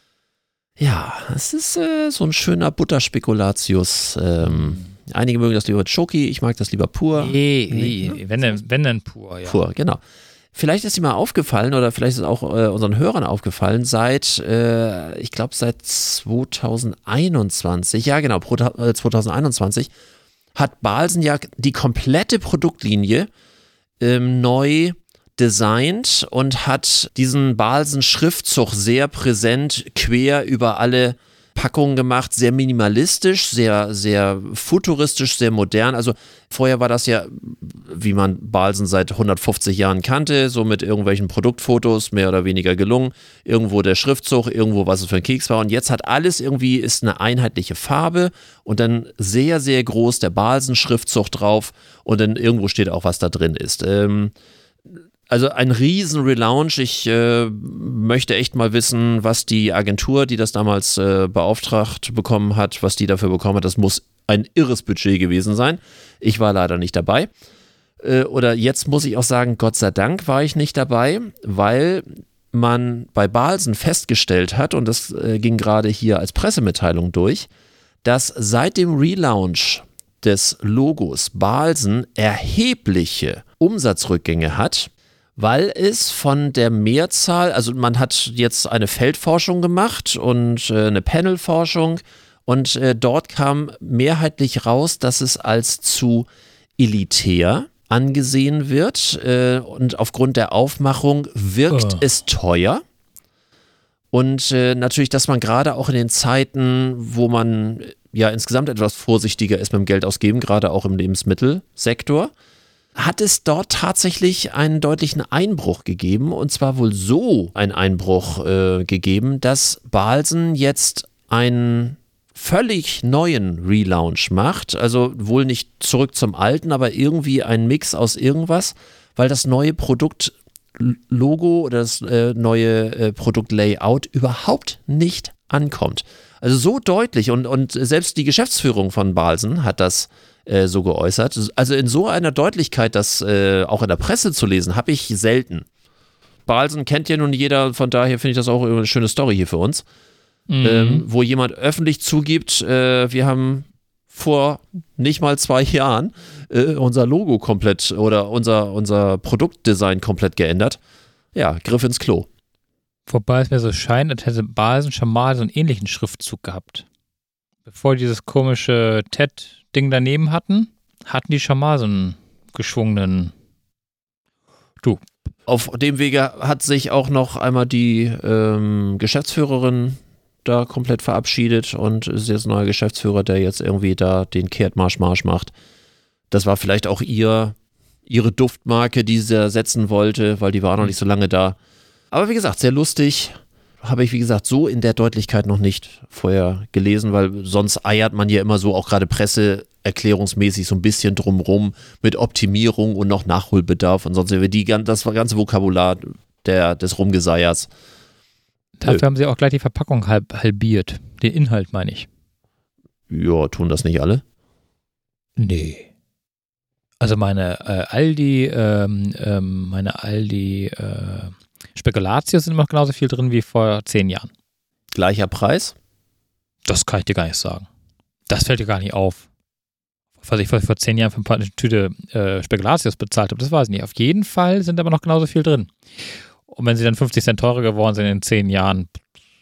ja, es ist äh, so ein schöner Butterspekulatius. Ähm, einige mögen das lieber mit Schoki, ich mag das lieber pur. Nee, nee, wenn denn, wenn denn pur, ja. Pur, genau. Vielleicht ist dir mal aufgefallen oder vielleicht ist es auch äh, unseren Hörern aufgefallen, seit, äh, ich glaube seit zwanzig einundzwanzig, ja genau, pro, äh, zwanzig einundzwanzig, hat Balsen ja die komplette Produktlinie ähm, neu designt und hat diesen Balsen-Schriftzug sehr präsent quer über alle Packungen gemacht, sehr minimalistisch, sehr, sehr futuristisch, sehr modern. Also vorher war das ja, wie man Balsen seit hundertfünfzig Jahren kannte, so mit irgendwelchen Produktfotos, mehr oder weniger gelungen. Irgendwo der Schriftzug, irgendwo was es für ein Keks war. Und jetzt hat alles irgendwie, ist eine einheitliche Farbe und dann sehr, sehr groß der Balsen-Schriftzug drauf und dann irgendwo steht auch, was da drin ist. Ähm, Also ein riesen Relaunch. Ich äh, möchte echt mal wissen, was die Agentur, die das damals äh, beauftragt bekommen hat, was die dafür bekommen hat. Das muss ein irres Budget gewesen sein. Ich war leider nicht dabei. Äh, oder jetzt muss ich auch sagen, Gott sei Dank war ich nicht dabei, weil man bei Balsen festgestellt hat, und das äh, ging gerade hier als Pressemitteilung durch, dass seit dem Relaunch des Logos Balsen erhebliche Umsatzrückgänge hat, weil es von der Mehrzahl, also man hat jetzt eine Feldforschung gemacht und äh, eine Panelforschung und äh, dort kam mehrheitlich raus, dass es als zu elitär angesehen wird äh, und aufgrund der Aufmachung wirkt Oh. es teuer. Und äh, natürlich, dass man gerade auch in den Zeiten, wo man ja insgesamt etwas vorsichtiger ist mit dem Geld ausgeben, gerade auch im Lebensmittelsektor, hat es dort tatsächlich einen deutlichen Einbruch gegeben, und zwar wohl so einen Einbruch äh, gegeben, dass Balsen jetzt einen völlig neuen Relaunch macht, also wohl nicht zurück zum alten, aber irgendwie ein Mix aus irgendwas, weil das neue Produktlogo oder das äh, neue äh, Produktlayout überhaupt nicht ankommt. Also so deutlich und, und selbst die Geschäftsführung von Balsen hat das äh, so geäußert. Also in so einer Deutlichkeit, das äh, auch in der Presse zu lesen, habe ich selten. Balsen kennt ja nun jeder, von daher finde ich das auch eine schöne Story hier für uns, mhm. ähm, wo jemand öffentlich zugibt, äh, wir haben vor nicht mal zwei Jahren äh, unser Logo komplett oder unser, unser Produktdesign komplett geändert. Ja, Griff ins Klo. Wobei es mir so scheint, als hätte Balsen schon mal so einen ähnlichen Schriftzug gehabt. Bevor die dieses komische T E D-Ding daneben hatten, hatten die schon mal so einen geschwungenen Du. Auf dem Wege hat sich auch noch einmal die ähm, Geschäftsführerin da komplett verabschiedet und ist jetzt neuer Geschäftsführer, der jetzt irgendwie da den Kehrtmarsch-Marsch macht. Das war vielleicht auch ihr, ihre Duftmarke, die sie setzen wollte, weil die war noch nicht so lange da. Aber wie gesagt, sehr lustig. Habe ich, wie gesagt, so in der Deutlichkeit noch nicht vorher gelesen, weil sonst eiert man ja immer so, auch gerade presseerklärungsmäßig, so ein bisschen drumrum mit Optimierung und noch Nachholbedarf und sonst die, das ganze Vokabular der, des Rumgeseiers. Dafür äh. haben sie auch gleich die Verpackung halb, halbiert. Den Inhalt meine ich. Ja, tun das nicht alle? Nee. Also meine äh, Aldi, ähm, ähm, meine Aldi, äh, Spekulatius sind immer noch genauso viel drin wie vor zehn Jahren. Gleicher Preis? Das kann ich dir gar nicht sagen. Das fällt dir gar nicht auf. Was ich vor, vor zehn Jahren für eine Tüte äh, Spekulatius bezahlt habe, das weiß ich nicht. Auf jeden Fall sind aber noch genauso viel drin. Und wenn sie dann fünfzig Cent teurer geworden sind in zehn Jahren,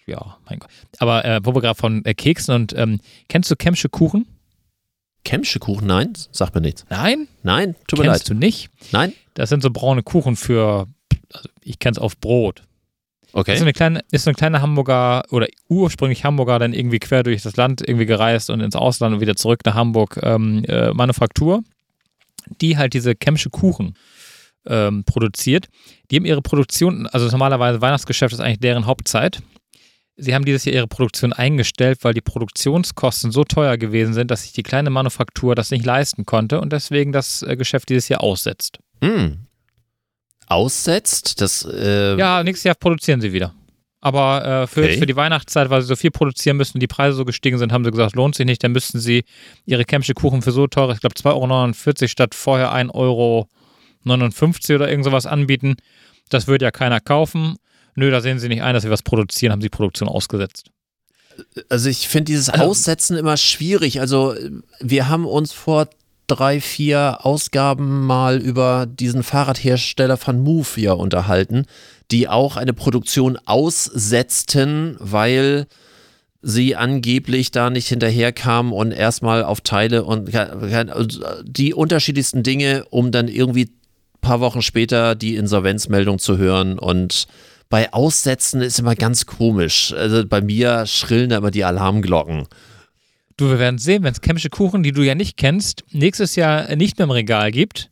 ja, mein Gott. Aber äh, wo wir gerade von äh, Keksen und, ähm, kennst du Kempsche Kuchen? Kempsche Kuchen? Nein, sagt mir nichts. Nein? Nein, tut mir Kennst leid. du nicht? Nein? Das sind so braune Kuchen für, also ich kenne es auf Brot. Okay. Ist so eine kleine, ist so ein kleiner Hamburger oder ursprünglich Hamburger, dann irgendwie quer durch das Land irgendwie gereist und ins Ausland und wieder zurück nach Hamburg, ähm, äh, Manufaktur, die halt diese Kempsche Kuchen ähm, produziert. Die haben ihre Produktion, also normalerweise Weihnachtsgeschäft ist eigentlich deren Hauptzeit. Sie haben dieses Jahr ihre Produktion eingestellt, weil die Produktionskosten so teuer gewesen sind, dass sich die kleine Manufaktur das nicht leisten konnte und deswegen das äh, Geschäft dieses Jahr aussetzt. Hm. Aussetzt? Das, äh Ja, nächstes Jahr produzieren sie wieder. Aber äh, für, Okay. für die Weihnachtszeit, weil sie so viel produzieren müssen, die Preise so gestiegen sind, haben sie gesagt, lohnt sich nicht, dann müssten sie ihre Kempsche Kuchen für so teure, ich glaube zwei Euro neunundvierzig statt vorher ein Euro neunundfünfzig oder irgend sowas anbieten. Das würde ja keiner kaufen. Nö, da sehen sie nicht ein, dass sie was produzieren, haben sie die Produktion ausgesetzt. Also ich finde dieses Aussetzen immer schwierig. Also wir haben uns vor drei, vier Ausgaben mal über diesen Fahrradhersteller von Move hier unterhalten, die auch eine Produktion aussetzten, weil sie angeblich da nicht hinterherkamen und erstmal auf Teile und die unterschiedlichsten Dinge, um dann irgendwie ein paar Wochen später die Insolvenzmeldung zu hören. Und bei Aussetzen ist immer ganz komisch. Also bei mir schrillen da immer die Alarmglocken. Du, wir werden sehen, wenn es Kempsche Kuchen, die du ja nicht kennst, nächstes Jahr nicht mehr im Regal gibt.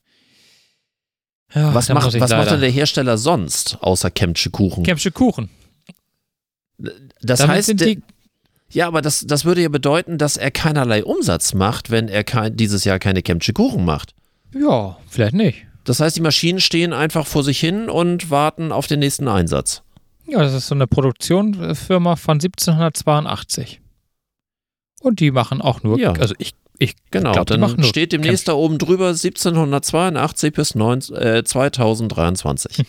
Ja, Was, dann macht, muss ich was macht leider- denn der Hersteller sonst, außer Kempsche Kuchen? Kempsche Kuchen. Das Damit heißt, sind die, ja, aber das, das würde ja bedeuten, dass er keinerlei Umsatz macht, wenn er kein, dieses Jahr keine Kempsche Kuchen macht. ja, vielleicht nicht. Das heißt, die Maschinen stehen einfach vor sich hin und warten auf den nächsten Einsatz. Ja, das ist so eine Produktionsfirma von siebzehnhundertzweiundachtzig. Und die machen auch nur, Ja. also ich, ich Genau, glaube, die machen dann nur steht demnächst da oben drüber siebzehnhundertzweiundachtzig bis neunzehn, äh, zweitausenddreiundzwanzig.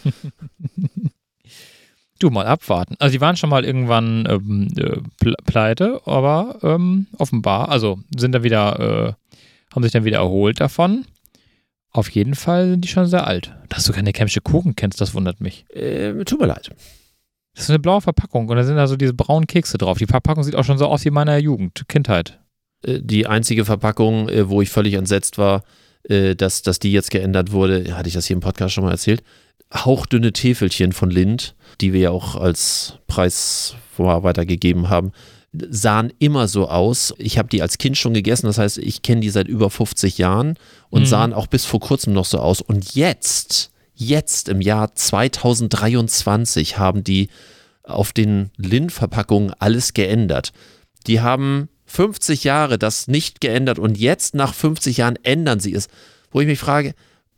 Du, mal abwarten. Also die waren schon mal irgendwann ähm, äh, ple- pleite, aber ähm, offenbar, also sind dann wieder, äh, haben sich dann wieder erholt davon. Auf jeden Fall sind die schon sehr alt. Dass du keine Kempsche Kuchen kennst, das wundert mich. äh, tut mir leid. Das ist eine blaue Verpackung und da sind da so diese braunen Kekse drauf. Die Verpackung sieht auch schon so aus wie meiner Jugend, Kindheit. Äh, Die einzige Verpackung, äh, wo ich völlig entsetzt war, äh, dass, dass die jetzt geändert wurde, hatte ich das hier im Podcast schon mal erzählt, hauchdünne Täfelchen von Lindt, die wir ja auch als Preis weitergegeben haben, sahen immer so aus. Ich habe die als Kind schon gegessen, das heißt, ich kenne die seit über fünfzig Jahren und Mhm. sahen auch bis vor kurzem noch so aus. Und jetzt, jetzt im Jahr zweitausenddreiundzwanzig haben die auf den Lindt-Verpackungen alles geändert. Die haben fünfzig Jahre das nicht geändert und jetzt nach fünfzig Jahren ändern sie es. Wo ich mich frage,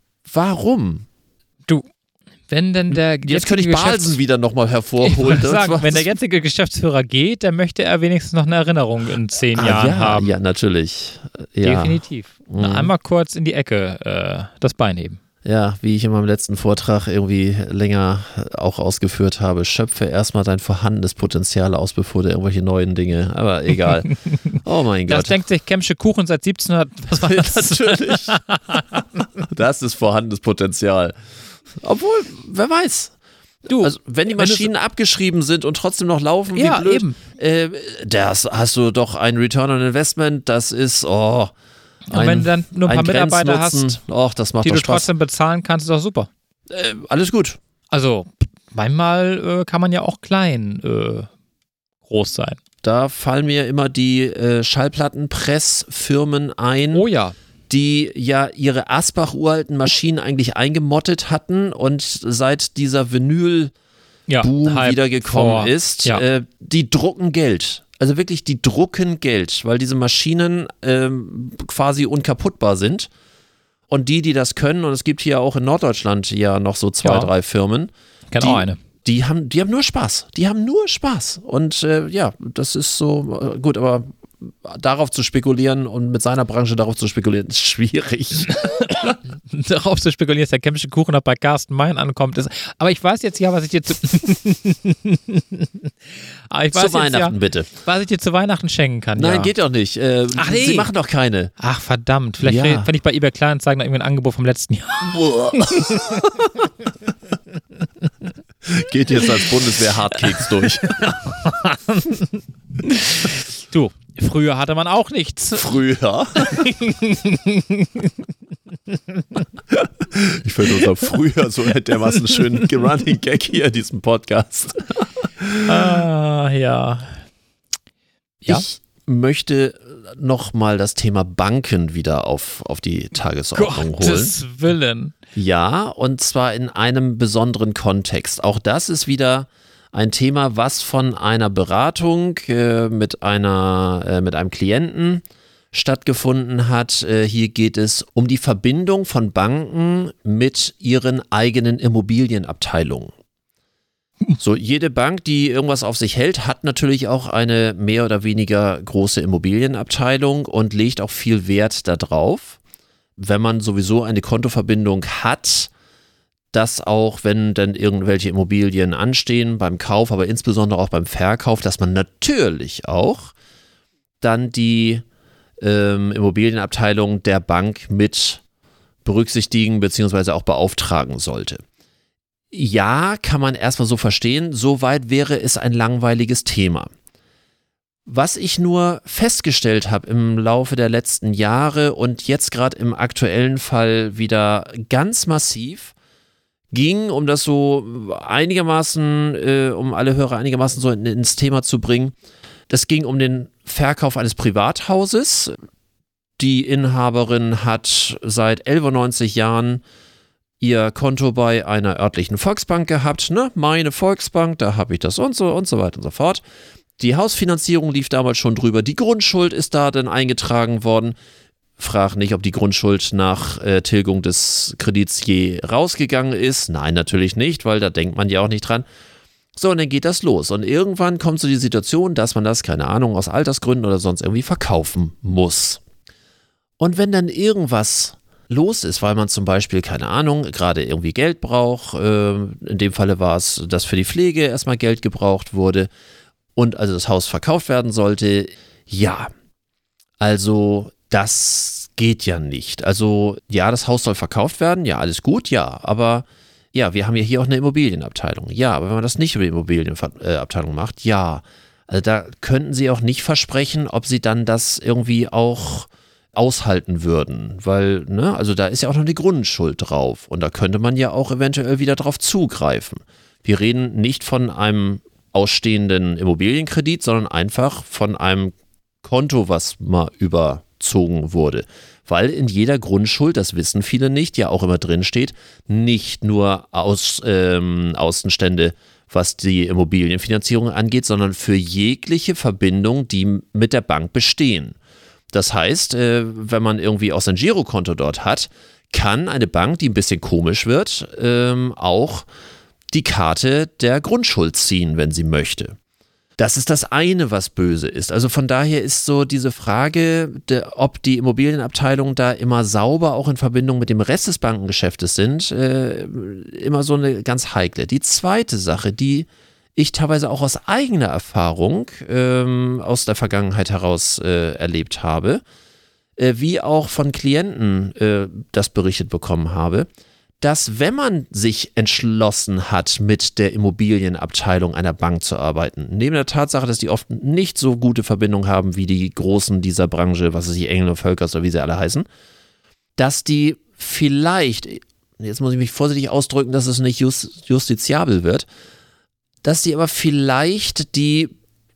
warum? Du, wenn denn der Jetzt könnte ich jetzige Balsen Geschäfts- wieder nochmal Ich hervorholen. wollte Das sagen, war- wenn der jetzige Geschäftsführer geht, dann möchte er wenigstens noch eine Erinnerung in zehn ah, Jahren ja, haben. ja, natürlich. Ja. Definitiv. Na, Mhm. einmal kurz in die Ecke äh, das Bein heben. Ja, wie ich in meinem letzten Vortrag irgendwie länger auch ausgeführt habe, schöpfe erstmal dein vorhandenes Potenzial aus, bevor du irgendwelche neuen Dinge, aber egal. Oh mein Das Gott. denkt sich Kempsche Kuchen seit siebzehnhundert. Was war das? Natürlich. Das ist vorhandenes Potenzial. Obwohl, wer weiß. Du, Also, wenn die wenn du Maschinen abgeschrieben sind und trotzdem noch laufen, Ja, wie blöd, eben. Äh, das hast du doch ein Return on Investment, das ist, oh, Und wenn du dann nur ein paar Mitarbeiter Grenznutzen. hast, Och, das macht die doch du Spaß. trotzdem bezahlen kannst, ist doch super. Äh, alles gut. Also, manchmal äh, kann man ja auch klein äh, groß sein. Da fallen mir immer die äh, Schallplattenpressfirmen ein, Oh ja. die ja ihre Asbach-uralten Maschinen eigentlich eingemottet hatten und seit dieser Vinyl Ja, Boom Hype wiedergekommen vor- ist, Ja. äh, die drucken Geld. Also wirklich, die drucken Geld, weil diese Maschinen ähm, quasi unkaputtbar sind. Und die, die das können, und es gibt hier auch in Norddeutschland ja noch so zwei, Ja. drei Firmen, Ich kenn die, auch eine. die haben, die haben nur Spaß. Die haben nur Spaß. Und äh, ja, das ist so, äh, gut, aber darauf zu spekulieren und mit seiner Branche darauf zu spekulieren, ist schwierig. Darauf zu spekulieren, dass der Kempsche Kuchen noch bei Carsten Mein ankommt. Ist, aber ich weiß jetzt ja, was ich dir zu. aber ich weiß Zu jetzt ja, Weihnachten bitte. was ich dir zu Weihnachten schenken kann. Nein, ja. geht doch nicht. Äh, Ach, nee. Sie machen doch keine. Ach, verdammt. Vielleicht Ja. krieg- wenn ich bei eBay Kleinanzeigen noch irgendwie ein Angebot vom letzten Jahr. Geht jetzt als Bundeswehr-Hardkeks durch. Du, früher hatte man auch nichts. Früher? Ich finde unser Früher so dermaßen schönen Running Gag hier in diesem Podcast. Ah, ja. Ja. Ich möchte nochmal das Thema Banken wieder auf, auf die Tagesordnung Gottes holen. Willen. Ja, und zwar in einem besonderen Kontext. Auch das ist wieder ein Thema, was von einer Beratung äh, mit einer, äh, mit einem Klienten stattgefunden hat. Äh, hier geht es um die Verbindung von Banken mit ihren eigenen Immobilienabteilungen. So, jede Bank, die irgendwas auf sich hält, hat natürlich auch eine mehr oder weniger große Immobilienabteilung und legt auch viel Wert darauf, wenn man sowieso eine Kontoverbindung hat, dass auch, wenn dann irgendwelche Immobilien anstehen, beim Kauf, aber insbesondere auch beim Verkauf, dass man natürlich auch dann die ähm, Immobilienabteilung der Bank mit berücksichtigen bzw. auch beauftragen sollte. Ja, kann man erstmal so verstehen, soweit wäre es ein langweiliges Thema. Was ich nur festgestellt habe im Laufe der letzten Jahre und jetzt gerade im aktuellen Fall wieder ganz massiv, ging, um das so einigermaßen, äh, um alle Hörer einigermaßen so in, ins Thema zu bringen, das ging um den Verkauf eines Privathauses. Die Inhaberin hat seit elfundneunzig Jahren ihr Konto bei einer örtlichen Volksbank gehabt, ne? Meine Volksbank, da habe ich das und so und so weiter und so fort. Die Hausfinanzierung lief damals schon drüber, die Grundschuld ist da dann eingetragen worden. Frag nicht, ob die Grundschuld nach äh, Tilgung des Kredits je rausgegangen ist. Nein, natürlich nicht, weil da denkt man ja auch nicht dran. So, und dann geht das los. Und irgendwann kommt so die Situation, dass man das, keine Ahnung, aus Altersgründen oder sonst irgendwie verkaufen muss. Und wenn dann irgendwas los ist, weil man zum Beispiel, keine Ahnung, gerade irgendwie Geld braucht, äh, in dem Falle war es, dass für die Pflege erstmal Geld gebraucht wurde und also das Haus verkauft werden sollte, ja, also das geht ja nicht. Also ja, das Haus soll verkauft werden, ja, alles gut, ja, aber ja, wir haben ja hier auch eine Immobilienabteilung. Ja, aber wenn man das nicht über die Immobilienabteilung macht, ja, also da könnten sie auch nicht versprechen, ob sie dann das irgendwie auch aushalten würden, weil, ne, also da ist ja auch noch die Grundschuld drauf und da könnte man ja auch eventuell wieder drauf zugreifen. Wir reden nicht von einem ausstehenden Immobilienkredit, sondern einfach von einem Konto, was mal überzogen wurde. Weil in jeder Grundschuld, das wissen viele nicht, ja auch immer drin steht, nicht nur Aus, ähm, Außenstände, was die Immobilienfinanzierung angeht, sondern für jegliche Verbindung, die mit der Bank bestehen. Das heißt, äh, wenn man irgendwie auch sein Girokonto dort hat, kann eine Bank, die ein bisschen komisch wird, ähm, auch die Karte der Grundschuld ziehen, wenn sie möchte. Das ist das eine, was böse ist. Also von daher ist so diese Frage, der, ob die Immobilienabteilungen da immer sauber auch in Verbindung mit dem Rest des Bankengeschäftes sind, äh, immer so eine ganz heikle. Die zweite Sache, die ich teilweise auch aus eigener Erfahrung ähm, aus der Vergangenheit heraus äh, erlebt habe, äh, wie auch von Klienten äh, das berichtet bekommen habe, dass wenn man sich entschlossen hat, mit der Immobilienabteilung einer Bank zu arbeiten, neben der Tatsache, dass die oft nicht so gute Verbindungen haben wie die Großen dieser Branche, was weiß ich, Engel und Völkers oder wie sie alle heißen, dass die vielleicht, jetzt muss ich mich vorsichtig ausdrücken, dass es nicht just, justiziabel wird, dass die aber vielleicht die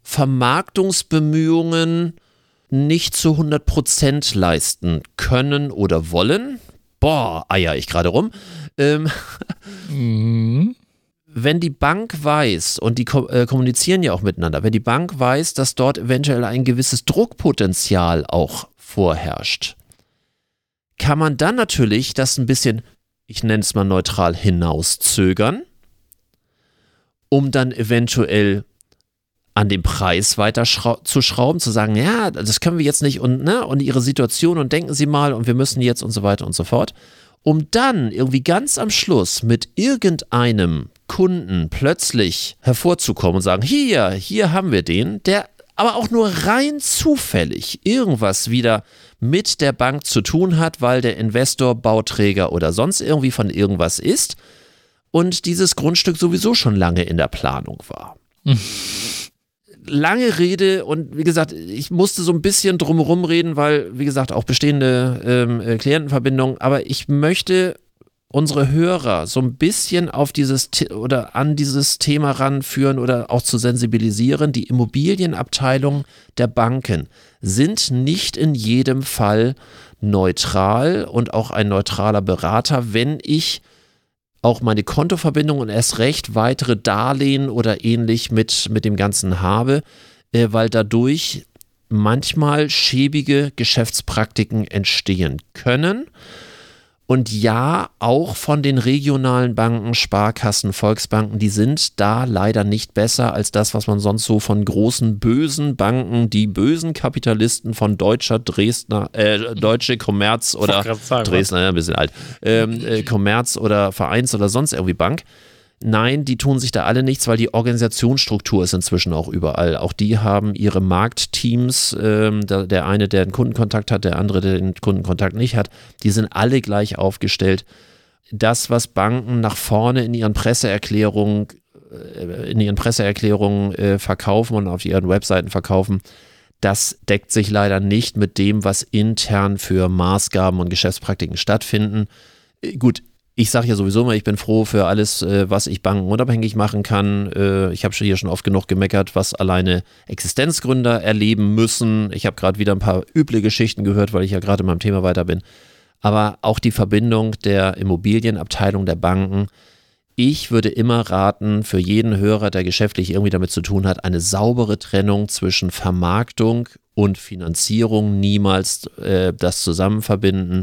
Vermarktungsbemühungen nicht zu hundert Prozent leisten können oder wollen. Boah, eier ich gerade rum. Ähm, mhm. Wenn die Bank weiß, und die ko- äh, kommunizieren ja auch miteinander, wenn die Bank weiß, dass dort eventuell ein gewisses Druckpotenzial auch vorherrscht, kann man dann natürlich das ein bisschen, ich nenne es mal neutral, hinauszögern, um dann eventuell an dem Preis weiter schra- zu schrauben, zu sagen, ja, das können wir jetzt nicht und, ne, und ihre Situation und denken Sie mal und wir müssen jetzt und so weiter und so fort, um dann irgendwie ganz am Schluss mit irgendeinem Kunden plötzlich hervorzukommen und sagen, hier, hier haben wir den, der aber auch nur rein zufällig irgendwas wieder mit der Bank zu tun hat, weil der Investor, Bauträger oder sonst irgendwie von irgendwas ist und dieses Grundstück sowieso schon lange in der Planung war. lange Rede und wie gesagt, ich musste so ein bisschen drumherum reden, weil, wie gesagt, auch bestehende ähm, Klientenverbindungen, aber ich möchte unsere Hörer so ein bisschen auf dieses oder an dieses Thema ranführen oder auch zu sensibilisieren. Die Immobilienabteilung der Banken sind nicht in jedem Fall neutral und auch ein neutraler Berater, wenn ich auch meine Kontoverbindung und erst recht weitere Darlehen oder ähnlich mit, mit dem Ganzen habe, äh, weil dadurch manchmal schäbige Geschäftspraktiken entstehen können. Und ja, auch von den regionalen Banken, Sparkassen, Volksbanken, die sind da leider nicht besser als das, was man sonst so von großen bösen Banken, die bösen Kapitalisten von Deutscher, Dresdner, äh, Deutsche Commerz oder Dresdner, ja, ein bisschen alt, ähm, äh, Commerz oder Vereins oder sonst irgendwie Bank. Nein, die tun sich da alle nichts, weil die Organisationsstruktur ist inzwischen auch überall. Auch die haben ihre Marktteams, ähm, der, der eine, der einen Kundenkontakt hat, der andere, der den Kundenkontakt nicht hat, die sind alle gleich aufgestellt. Das, was Banken nach vorne in ihren Presseerklärungen, äh, in ihren Presseerklärungen äh, verkaufen und auf ihren Webseiten verkaufen, das deckt sich leider nicht mit dem, was intern für Maßgaben und Geschäftspraktiken stattfinden. Äh, gut, ich sage ja sowieso mal, ich bin froh für alles, was ich bankenunabhängig machen kann. Ich habe hier schon oft genug gemeckert, was alleine Existenzgründer erleben müssen. Ich habe gerade wieder ein paar üble Geschichten gehört, weil ich ja gerade in meinem Thema weiter bin. Aber auch die Verbindung der Immobilienabteilung der Banken. Ich würde immer raten, für jeden Hörer, der geschäftlich irgendwie damit zu tun hat, eine saubere Trennung zwischen Vermarktung und Finanzierung, niemals äh, das zusammen verbinden.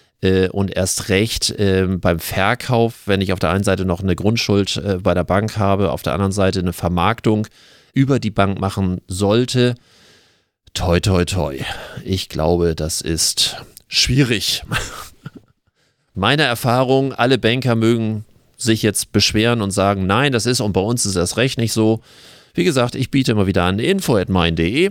Und erst recht äh, beim Verkauf, wenn ich auf der einen Seite noch eine Grundschuld äh, bei der Bank habe, auf der anderen Seite eine Vermarktung über die Bank machen sollte, toi toi toi. Ich glaube, das ist schwierig. Meine Erfahrung, alle Banker mögen sich jetzt beschweren und sagen, nein, das ist und bei uns ist das recht nicht so. Wie gesagt, ich biete immer wieder an info at mein punkt de.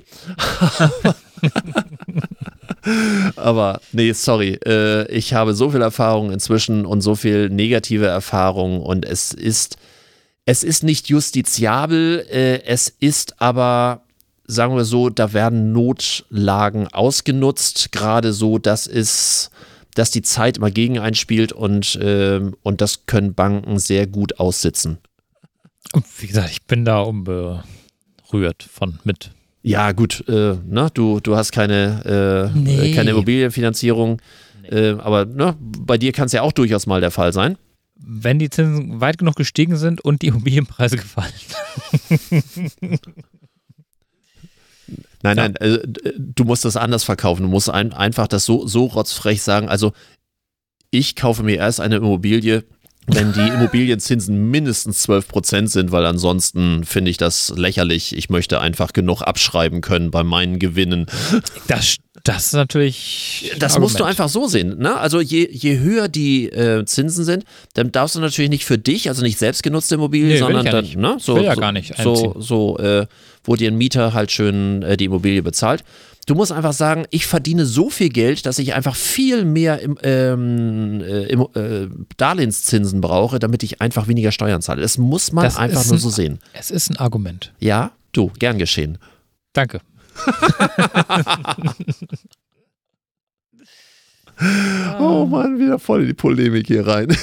Aber nee, sorry, äh, ich habe so viel Erfahrung inzwischen und so viel negative Erfahrungen und es ist, es ist nicht justiziabel, äh, es ist aber, sagen wir so, da werden Notlagen ausgenutzt, gerade so, dass es, dass die Zeit immer gegen einspielt und, äh, und das können Banken sehr gut aussitzen. Wie gesagt, ich bin da unberührt von mit. Ja, gut, äh, ne, du, du hast keine, äh, nee. keine Immobilienfinanzierung, nee. äh, aber ne, bei dir kann es ja auch durchaus mal der Fall sein. Wenn die Zinsen weit genug gestiegen sind und die Immobilienpreise gefallen. Nein, ja. nein, äh, du musst das anders verkaufen. Du musst ein, einfach das so, so rotzfrech sagen. Also, ich kaufe mir erst eine Immobilie, wenn die Immobilienzinsen mindestens zwölf Prozent sind, weil ansonsten finde ich das lächerlich. Ich möchte einfach genug abschreiben können bei meinen Gewinnen. Das, das ist natürlich. Das musst du einfach so sehen. Ne? Also je, je höher die äh, Zinsen sind, dann darfst du natürlich nicht für dich, also nicht selbstgenutzte Immobilie, nee, sondern ja dann, nicht. ne, so, will ja so, gar nicht so, so äh, wo dir ein Mieter halt schön äh, die Immobilie bezahlt. Du musst einfach sagen, ich verdiene so viel Geld, dass ich einfach viel mehr im, ähm, äh, im, äh, Darlehenszinsen brauche, damit ich einfach weniger Steuern zahle. Das muss man das einfach nur ein, so sehen. Es ist ein Argument. Ja, du, gern geschehen. Danke. Oh Mann, wieder voll in die Polemik hier rein.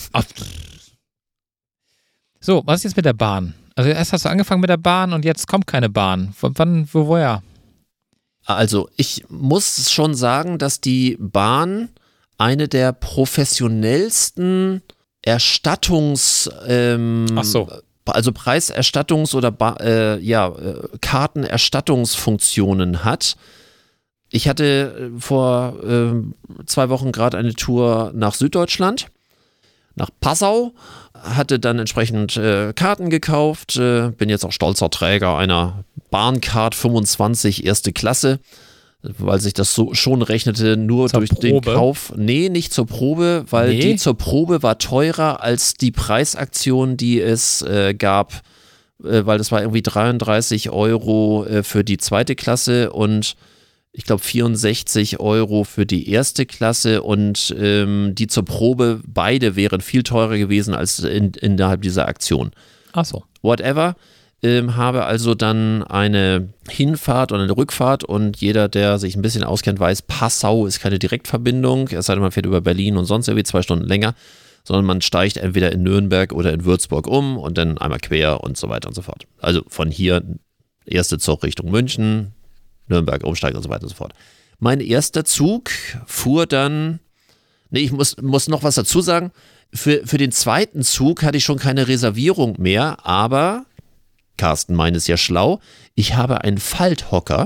So, was ist jetzt mit der Bahn? Also erst hast du angefangen mit der Bahn und jetzt kommt keine Bahn. Von wann, wo, woher? Also ich muss schon sagen, dass die Bahn eine der professionellsten Erstattungs, ähm, Ach so. also Preiserstattungs- oder ba- äh, ja, Kartenerstattungsfunktionen hat. Ich hatte vor äh, zwei Wochen gerade eine Tour nach Süddeutschland, nach Passau, hatte dann entsprechend äh, Karten gekauft, äh, bin jetzt auch stolzer Träger einer Bahncard fünfundzwanzig erste Klasse, weil sich das so schon rechnete, nur zur durch Probe? den Kauf. Nee, nicht zur Probe, weil Nee. die zur Probe war teurer als die Preisaktion, die es äh, gab, äh, weil das war irgendwie dreiunddreißig Euro äh, für die zweite Klasse und ich glaube vierundsechzig Euro für die erste Klasse und ähm, die zur Probe, beide wären viel teurer gewesen als in, innerhalb dieser Aktion. Ach so. Whatever. Ähm, habe also dann eine Hinfahrt und eine Rückfahrt und jeder, der sich ein bisschen auskennt, weiß, Passau ist keine Direktverbindung, es sei denn, man fährt über Berlin und sonst irgendwie zwei Stunden länger, sondern man steigt entweder in Nürnberg oder in Würzburg um und dann einmal quer und so weiter und so fort. Also von hier erste Zug Richtung München, Nürnberg umsteigen und so weiter und so fort. Mein erster Zug fuhr dann, nee, ich muss, muss noch was dazu sagen, für, für den zweiten Zug hatte ich schon keine Reservierung mehr, aber, Carsten meint es ja schlau, ich habe einen Falthocker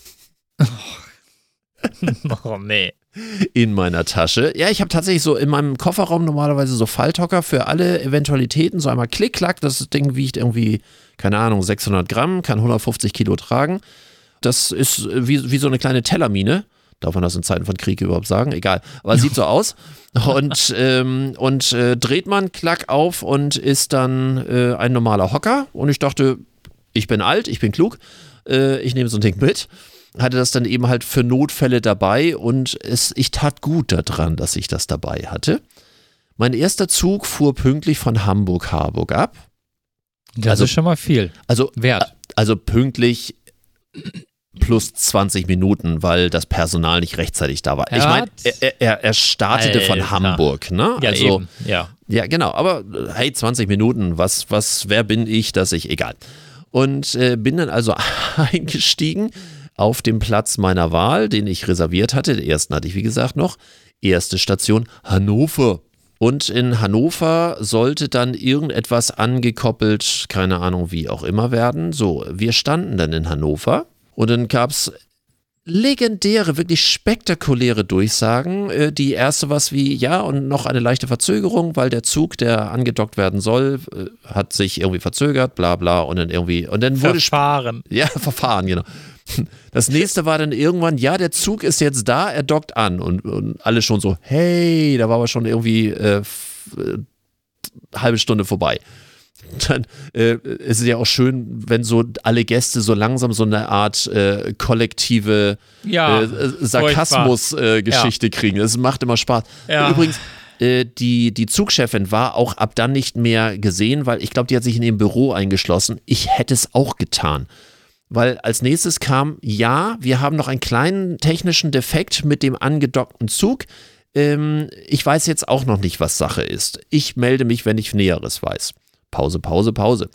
Oh nee. in meiner Tasche. Ja, ich habe tatsächlich so in meinem Kofferraum normalerweise so Falthocker für alle Eventualitäten, so einmal klick, klack, das Ding wiegt irgendwie, keine Ahnung, sechshundert Gramm, kann hundertfünfzig Kilo tragen. Das ist wie, wie so eine kleine Tellermine. Darf man das in Zeiten von Krieg überhaupt sagen? Egal. Aber sieht so aus. Und, ähm, und äh, dreht man, klack auf und ist dann äh, ein normaler Hocker. Und ich dachte, ich bin alt, ich bin klug, äh, ich nehme so ein Ding mit. Hatte das dann eben halt für Notfälle dabei und es, ich tat gut daran, dass ich das dabei hatte. Mein erster Zug fuhr pünktlich von Hamburg-Harburg ab. Das also, ist schon mal viel. Also, Wert. Also pünktlich plus zwanzig Minuten, weil das Personal nicht rechtzeitig da war. Ich meine, er, er, er startete Alter. von Hamburg, ne? Ja, also, eben. Ja. Ja, genau, aber hey, zwanzig Minuten, was, was, wer bin ich, dass ich, egal. Und äh, bin dann also eingestiegen auf dem Platz meiner Wahl, den ich reserviert hatte. Den ersten hatte ich, wie gesagt, noch. Erste Station Hannover. Und in Hannover sollte dann irgendetwas angekoppelt, keine Ahnung wie auch immer werden. So, wir standen dann in Hannover und dann gab es legendäre, wirklich spektakuläre Durchsagen. Die erste was wie, ja, und noch eine leichte Verzögerung, weil der Zug, der angedockt werden soll, hat sich irgendwie verzögert, bla bla und dann irgendwie, und dann wurde... Verfahren. Ja, Verfahren, genau. Das nächste war dann irgendwann, ja, der Zug ist jetzt da, er dockt an und, und alle schon so, hey, da war aber schon irgendwie äh, f- äh, halbe Stunde vorbei. Dann äh, ist es ja auch schön, wenn so alle Gäste so langsam so eine Art äh, kollektive Ja, äh, Sarkasmus-Geschichte äh, Ja. kriegen. Es macht immer Spaß. Ja. Übrigens, äh, die, die Zugchefin war auch ab dann nicht mehr gesehen, weil ich glaube, die hat sich in ihrem Büro eingeschlossen. Ich hätte es auch getan. Weil als nächstes kam, ja, wir haben noch einen kleinen technischen Defekt mit dem angedockten Zug. Ähm, ich weiß jetzt auch noch nicht, was Sache ist. Ich melde mich, wenn ich Näheres weiß. Pause, Pause, Pause.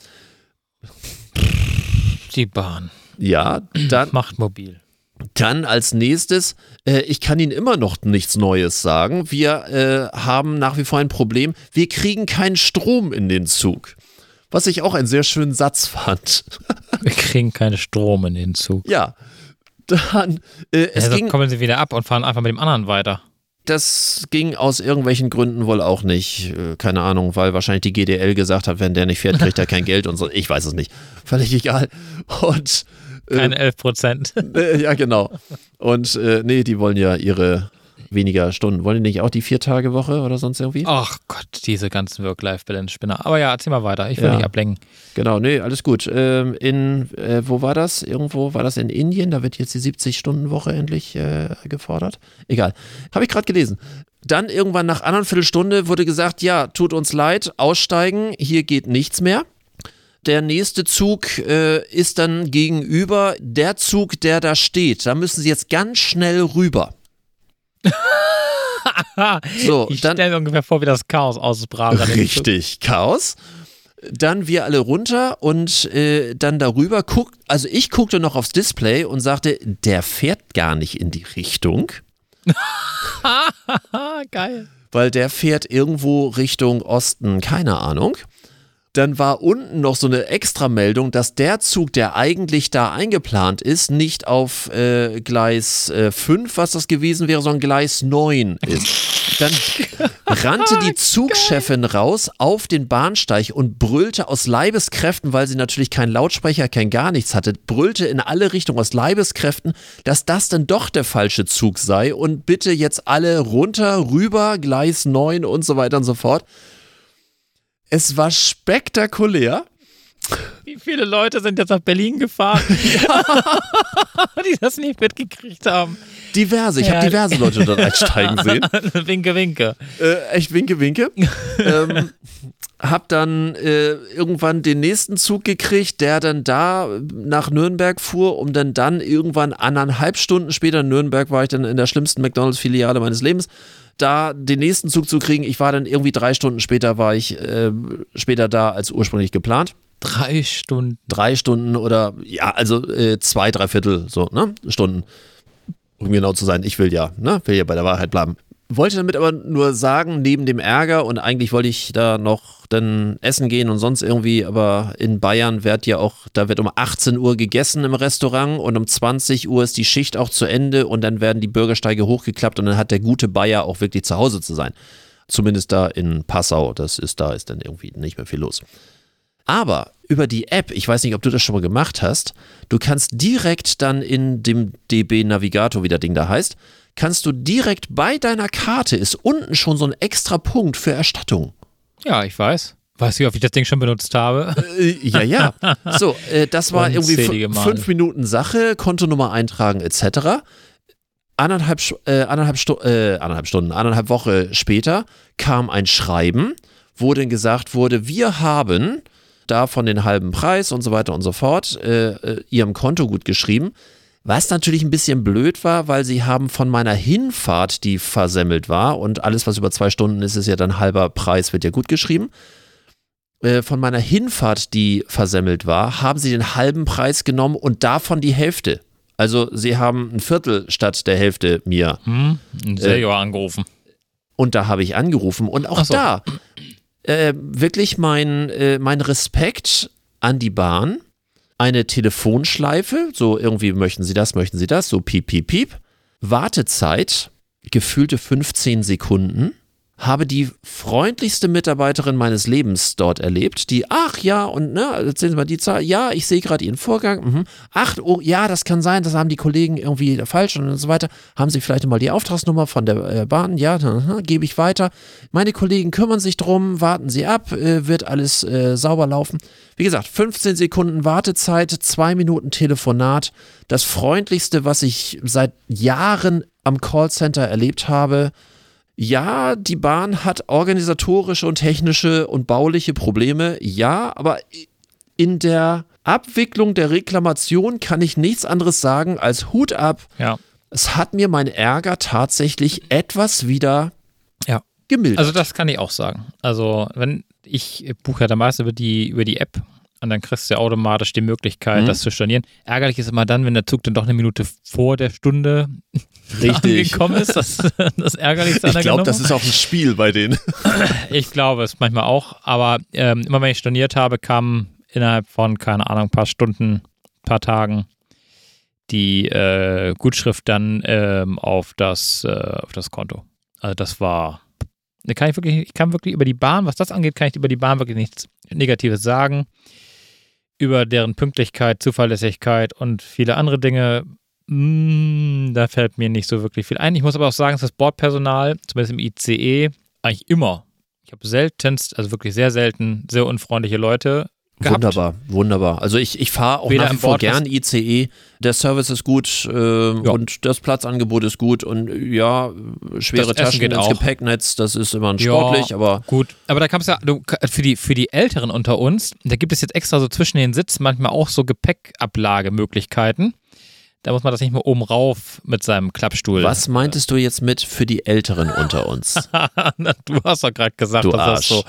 Die Bahn. Ja, dann, Macht mobil. dann als nächstes, äh, ich kann Ihnen immer noch nichts Neues sagen. Wir äh, haben nach wie vor ein Problem. Wir kriegen keinen Strom in den Zug. Was ich auch einen sehr schönen Satz fand. Wir kriegen keine Strom in den Zug. Ja, dann, äh, es Also ging, kommen sie wieder ab und fahren einfach mit dem anderen weiter. das ging aus irgendwelchen Gründen wohl auch nicht, äh, keine Ahnung, weil wahrscheinlich die G D L gesagt hat, wenn der nicht fährt, kriegt er kein Geld und so, ich weiß es nicht, völlig egal. Und äh, Keine elf Prozent. äh, ja, genau. Und äh, nee, die wollen ja ihre weniger Stunden. Wollen die nicht auch die Vier-Tage-Woche oder sonst irgendwie? Ach Gott, diese ganzen Work-Life-Balance-Spinner. Aber ja, erzähl mal weiter. Ich will Ja. nicht ablenken. Genau, nee, alles gut. Ähm, in, äh, wo war das? Irgendwo war das in Indien, da wird jetzt die siebzig-Stunden-Woche endlich äh, gefordert. Egal, habe ich gerade gelesen. Dann irgendwann nach einer Viertelstunde wurde gesagt, ja, tut uns leid, aussteigen, hier geht nichts mehr. Der nächste Zug äh, ist dann gegenüber der Zug, der da steht. Da müssen Sie jetzt ganz schnell rüber. So, Ich dann stelle mir ungefähr vor, wie das Chaos ausbrach. an dem Zug. richtig, Chaos. Dann wir alle runter und äh, dann darüber guckt, also ich guckte noch aufs Display und sagte, der fährt gar nicht in die Richtung, Geil. weil der fährt irgendwo Richtung Osten, keine Ahnung. Dann war unten noch so eine Extrameldung, dass der Zug, der eigentlich da eingeplant ist, nicht auf äh, Gleis äh, fünf, was das gewesen wäre, sondern Gleis neun ist. Dann rannte die Zugchefin raus auf den Bahnsteig und brüllte aus Leibeskräften, weil sie natürlich keinen Lautsprecher, kein gar nichts hatte, brüllte in alle Richtungen aus Leibeskräften, dass das dann doch der falsche Zug sei und bitte jetzt alle runter, rüber, Gleis neun und so weiter und so fort. Es war spektakulär. Wie viele Leute sind jetzt nach Berlin gefahren, die das nicht mitgekriegt haben? Diverse, ich habe Ja. diverse Leute dort einsteigen sehen. Winke, winke. Äh, echt winke, winke. ähm, hab dann äh, irgendwann den nächsten Zug gekriegt, der dann da nach Nürnberg fuhr, um dann dann irgendwann anderthalb Stunden später, in Nürnberg war ich dann in der schlimmsten McDonalds-Filiale meines Lebens, da den nächsten Zug zu kriegen. Ich war dann irgendwie drei Stunden später, war ich äh, später da als ursprünglich geplant. Drei Stunden? Drei Stunden oder, ja, also äh, zwei, drei Viertel, so, ne, Stunden. Um genau zu sein, ich will ja, ne, will ja bei der Wahrheit bleiben. Wollte damit aber nur sagen, neben dem Ärger, und eigentlich wollte ich da noch dann essen gehen und sonst irgendwie, aber in Bayern wird ja auch, da wird um achtzehn Uhr gegessen im Restaurant und um zwanzig Uhr ist die Schicht auch zu Ende und dann werden die Bürgersteige hochgeklappt und dann hat der gute Bayer auch wirklich zu Hause zu sein. Zumindest da in Passau, das ist, da ist dann irgendwie nicht mehr viel los. Aber über die App, ich weiß nicht, ob du das schon mal gemacht hast, du kannst direkt dann in dem D B Navigator, wie das Ding da heißt, kannst du direkt bei deiner Karte, ist unten schon so ein extra Punkt für Erstattung. Ja, ich weiß. Weiß nicht, ob ich das Ding schon benutzt habe. Äh, ja, ja. So, äh, das war irgendwie f- fünf Minuten Sache, Kontonummer eintragen et cetera. Anderthalb, äh, anderthalb, Stu- äh, anderthalb Stunden, anderthalb Woche später kam ein Schreiben, wo dann gesagt wurde, wir haben davon den halben Preis und so weiter und so fort äh, ihrem Konto gut geschrieben. Was natürlich ein bisschen blöd war, weil sie haben von meiner Hinfahrt, die versemmelt war, und alles, was über zwei Stunden ist, ist ja dann halber Preis, wird ja gut geschrieben. Äh, von meiner Hinfahrt, die versemmelt war, haben sie den halben Preis genommen und davon die Hälfte. Also sie haben ein Viertel statt der Hälfte mir. Hm, sehr äh, angerufen. Und da habe ich angerufen und auch so. da äh, wirklich mein, äh, mein Respekt an die Bahn. Eine Telefonschleife, so irgendwie möchten Sie das, möchten Sie das, so piep, piep, piep. Wartezeit, gefühlte fünfzehn Sekunden. Habe die freundlichste Mitarbeiterin meines Lebens dort erlebt, die, ach ja, und ne, erzählen Sie mal die Zahl, ja, ich sehe gerade Ihren Vorgang, mhm. ach, oh, ja, das kann sein, das haben die Kollegen irgendwie falsch und so weiter. Haben Sie vielleicht mal die Auftragsnummer von der äh, Bahn? Ja, dann gebe ich weiter. Meine Kollegen kümmern sich drum, warten Sie ab, äh, wird alles äh, sauber laufen. Wie gesagt, fünfzehn Sekunden Wartezeit, zwei Minuten Telefonat, das freundlichste, was ich seit Jahren am Callcenter erlebt habe. Ja, die Bahn hat organisatorische und technische und bauliche Probleme, ja, aber in der Abwicklung der Reklamation kann ich nichts anderes sagen als Hut ab. Ja. Es hat mir mein Ärger tatsächlich etwas wieder ja. gemildert. Also das kann ich auch sagen. Also wenn ich buche ja dann meist über die, über die App und dann kriegst du ja automatisch die Möglichkeit, mhm. das zu stornieren. Ärgerlich ist immer dann, wenn der Zug dann doch eine Minute vor der Stunde Richtig. angekommen ist. Das, das Ärgerlichste an der Ich glaube, das ist auch ein Spiel bei denen. Ich glaube es manchmal auch, aber ähm, immer wenn ich storniert habe, kam innerhalb von, keine Ahnung, ein paar Stunden, ein paar Tagen die äh, Gutschrift dann ähm, auf, das, äh, auf das Konto. Also das war, da kann ich wirklich, ich kann wirklich über die Bahn, was das angeht, kann ich über die Bahn wirklich nichts Negatives sagen. Über deren Pünktlichkeit, Zuverlässigkeit und viele andere Dinge, mh, da fällt mir nicht so wirklich viel ein. Ich muss aber auch sagen, dass das Bordpersonal, zumindest im I C E, eigentlich immer, ich habe seltenst, also wirklich sehr selten, sehr unfreundliche Leute gehabt. Wunderbar, wunderbar. Also ich, ich fahre auch Weder nach wie im vor Bord gern I C E. Der Service ist gut äh, Ja. und das Platzangebot ist gut und ja, schwere Das Essen Taschen geht ins auch. Gepäcknetz, das ist immer sportlich, Ja, aber gut. Aber da kannst du ja, du, für die, für die Älteren unter uns, da gibt es jetzt extra so zwischen den Sitzen manchmal auch so Gepäckablagemöglichkeiten. Da muss man das nicht mehr oben rauf mit seinem Klappstuhl. was meintest du jetzt mit für die Älteren unter uns? Du hast doch gerade gesagt, Du dass Arsch. das so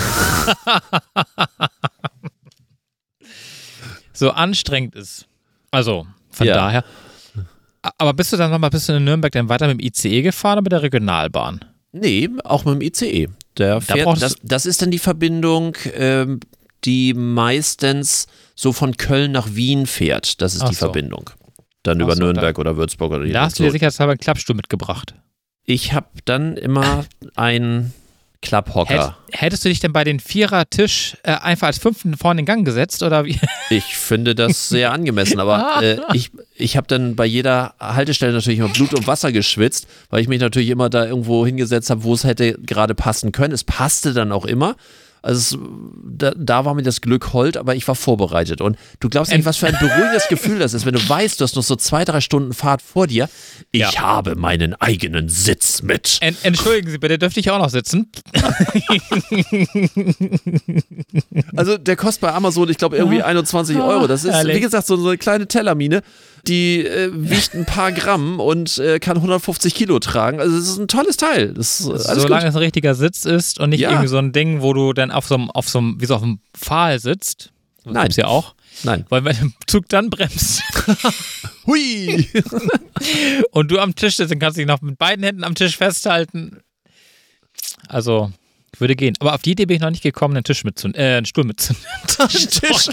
so anstrengend ist. Also, von Ja. daher. Aber bist du dann nochmal, bist du in Nürnberg dann weiter mit dem I C E gefahren oder mit der Regionalbahn? Nee, auch mit dem I C E. Der fährt, brauchst das, das ist dann die Verbindung, ähm, die meistens so von Köln nach Wien fährt. Das ist Ach die so. Verbindung. Dann Ach über so, Nürnberg oder Würzburg oder Da hast du dir so. sicherheitshalber einen Klappstuhl mitgebracht. Ich habe dann immer einen Klapphocker. Hätt, hättest du dich denn bei den Vierer-Tisch äh, einfach als Fünften vorne in Gang gesetzt oder wie? Ich finde das sehr angemessen, aber äh, ich, ich habe dann bei jeder Haltestelle natürlich immer Blut und Wasser geschwitzt, weil ich mich natürlich immer da irgendwo hingesetzt habe, wo es hätte gerade passen können. Es passte dann auch immer Also es, da, da war mir das Glück hold, aber ich war vorbereitet. Und du glaubst nicht, was für ein beruhigendes Gefühl das ist, wenn du weißt, du hast noch so zwei, drei Stunden Fahrt vor dir. Ich Ja. habe meinen eigenen Sitz mit. En- Entschuldigen Sie bitte, dürfte ich auch noch sitzen? Also der kostet bei Amazon, ich glaube, irgendwie einundzwanzig Euro. Das ist, Herrlich. wie gesagt, so, so eine kleine Tellermine, die äh, wiegt ein paar Gramm und äh, kann hundertfünfzig Kilo tragen. Also es ist ein tolles Teil. Das ist alles Solange gut. es ein richtiger Sitz ist und nicht Ja. irgendwie so ein Ding, wo du dann auf so einem, auf so einem, wie so auf einem Pfahl sitzt. Das Nein. gibt's ja auch. Nein. Weil wenn der Zug dann bremst Hui! und du am Tisch sitzt, dann kannst du dich noch mit beiden Händen am Tisch festhalten. Also, würde gehen. Aber auf die Idee bin ich noch nicht gekommen, einen Tisch mitzunehmen, äh, einen Stuhl mitzunehmen. Tisch.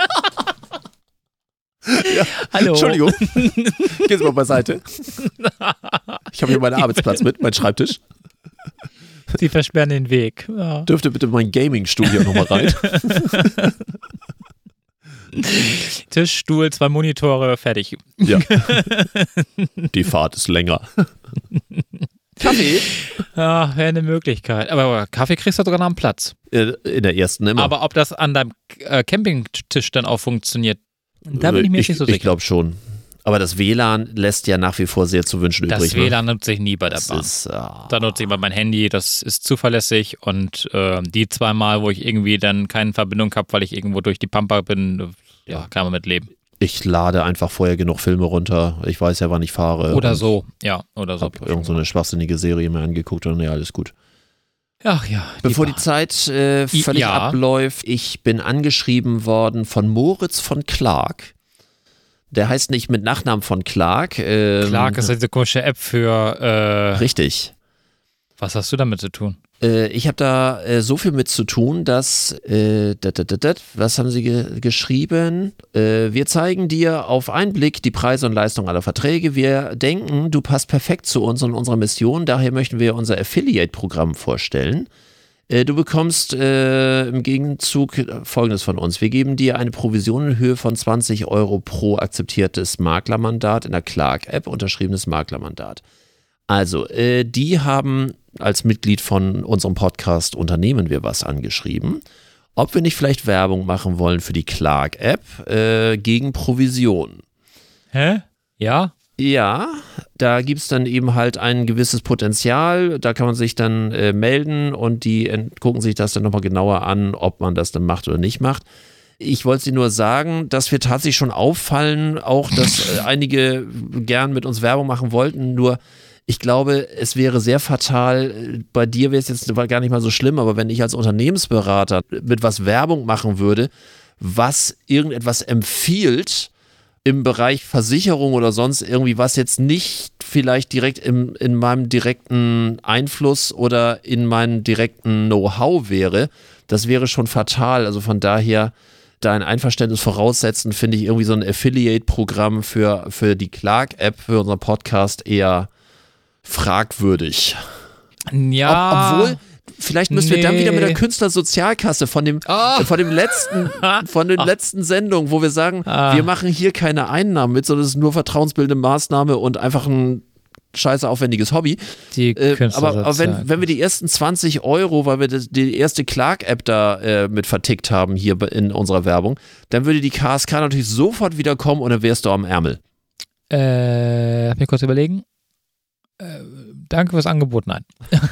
Hallo. Entschuldigung. Gehen Sie mal beiseite. Ich habe hier meinen Arbeitsplatz mit, meinen Schreibtisch. Sie versperren den Weg. Ja. Dürfte bitte mein Gaming-Studio nochmal rein? Tisch, Stuhl, zwei Monitore, fertig. Ja. Die Fahrt ist länger. Kaffee? Ja, wäre eine Möglichkeit. Aber Kaffee kriegst du sogar noch am Platz. Äh, In der ersten immer. Aber ob das an deinem äh, Campingtisch dann auch funktioniert, da bin ich mir jetzt nicht so Ich sicher. glaube schon. Aber das W L A N lässt ja nach wie vor sehr zu wünschen übrig. Das W L A N nutze ich nie bei der Das Bahn. ist, ah. Da nutze ich mal mein Handy, das ist zuverlässig und äh, die zwei Mal, wo ich irgendwie dann keine Verbindung habe, weil ich irgendwo durch die Pampa bin, ja, kann man mit leben. Ich lade einfach vorher genug Filme runter. Ich weiß ja, wann ich fahre. Oder und so, ja, oder so. Hab irgend so eine schwachsinnige Serie mir angeguckt und ja, alles gut. Ach ja. Bevor die Bahn. Zeit äh, völlig Ja. abläuft, ich bin angeschrieben worden von Moritz von Clark. Der heißt nicht mit Nachnamen von Clark. Ähm, Clark ist diese komische App für, äh, Richtig. was hast du damit zu tun? Äh, ich habe da äh, so viel mit zu tun, dass, äh, dat, dat, dat, dat, was haben sie ge geschrieben? Äh, wir zeigen dir auf einen Blick die Preise und Leistungen aller Verträge. Wir denken, du passt perfekt zu uns und unserer Mission. Daher möchten wir unser Affiliate-Programm vorstellen. Äh, du bekommst äh, im Gegenzug Folgendes von uns. Wir geben dir eine Provision in Höhe von zwanzig Euro pro akzeptiertes Maklermandat in der Clark-App, unterschriebenes Maklermandat. Also, äh, die haben als Mitglied von unserem Podcast Unternehmen wir was angeschrieben, ob wir nicht vielleicht Werbung machen wollen für die Clark-App äh, gegen Provision. Hä? Ja? Ja, da gibt es dann eben halt ein gewisses Potenzial, da kann man sich dann äh, melden und die ent- gucken sich das dann nochmal genauer an, ob man das dann macht oder nicht macht. Ich wollte Sie nur sagen, dass wir tatsächlich schon auffallen, auch dass äh, einige gern mit uns Werbung machen wollten, nur ich glaube, es wäre sehr fatal, bei dir wäre es jetzt gar nicht mal so schlimm, aber wenn ich als Unternehmensberater mit was Werbung machen würde, was irgendetwas empfiehlt, im Bereich Versicherung oder sonst irgendwie, was jetzt nicht vielleicht direkt im, in meinem direkten Einfluss oder in meinem direkten Know-how wäre, das wäre schon fatal. Also von daher da ein Einverständnis voraussetzen, finde ich irgendwie so ein Affiliate-Programm für, für die Clark-App, für unseren Podcast eher fragwürdig. Ja. Ob, obwohl, vielleicht müssen wir dann Nee. wieder mit der Künstlersozialkasse von dem, Oh. äh, von dem letzten, von den letzten Sendungen, wo wir sagen, Ah. wir machen hier keine Einnahmen mit, sondern es ist nur vertrauensbildende Maßnahme und einfach ein scheiße aufwendiges Hobby. Die Äh, Künstler aber aber wenn, wenn wir die ersten zwanzig Euro, weil wir das, die erste Clark-App da äh, mit vertickt haben hier bei- in unserer Werbung, dann würde die K S K natürlich sofort wieder kommen und dann wärst du am Ärmel. Äh, lass mich kurz überlegen. Äh, danke fürs Angebot, nein.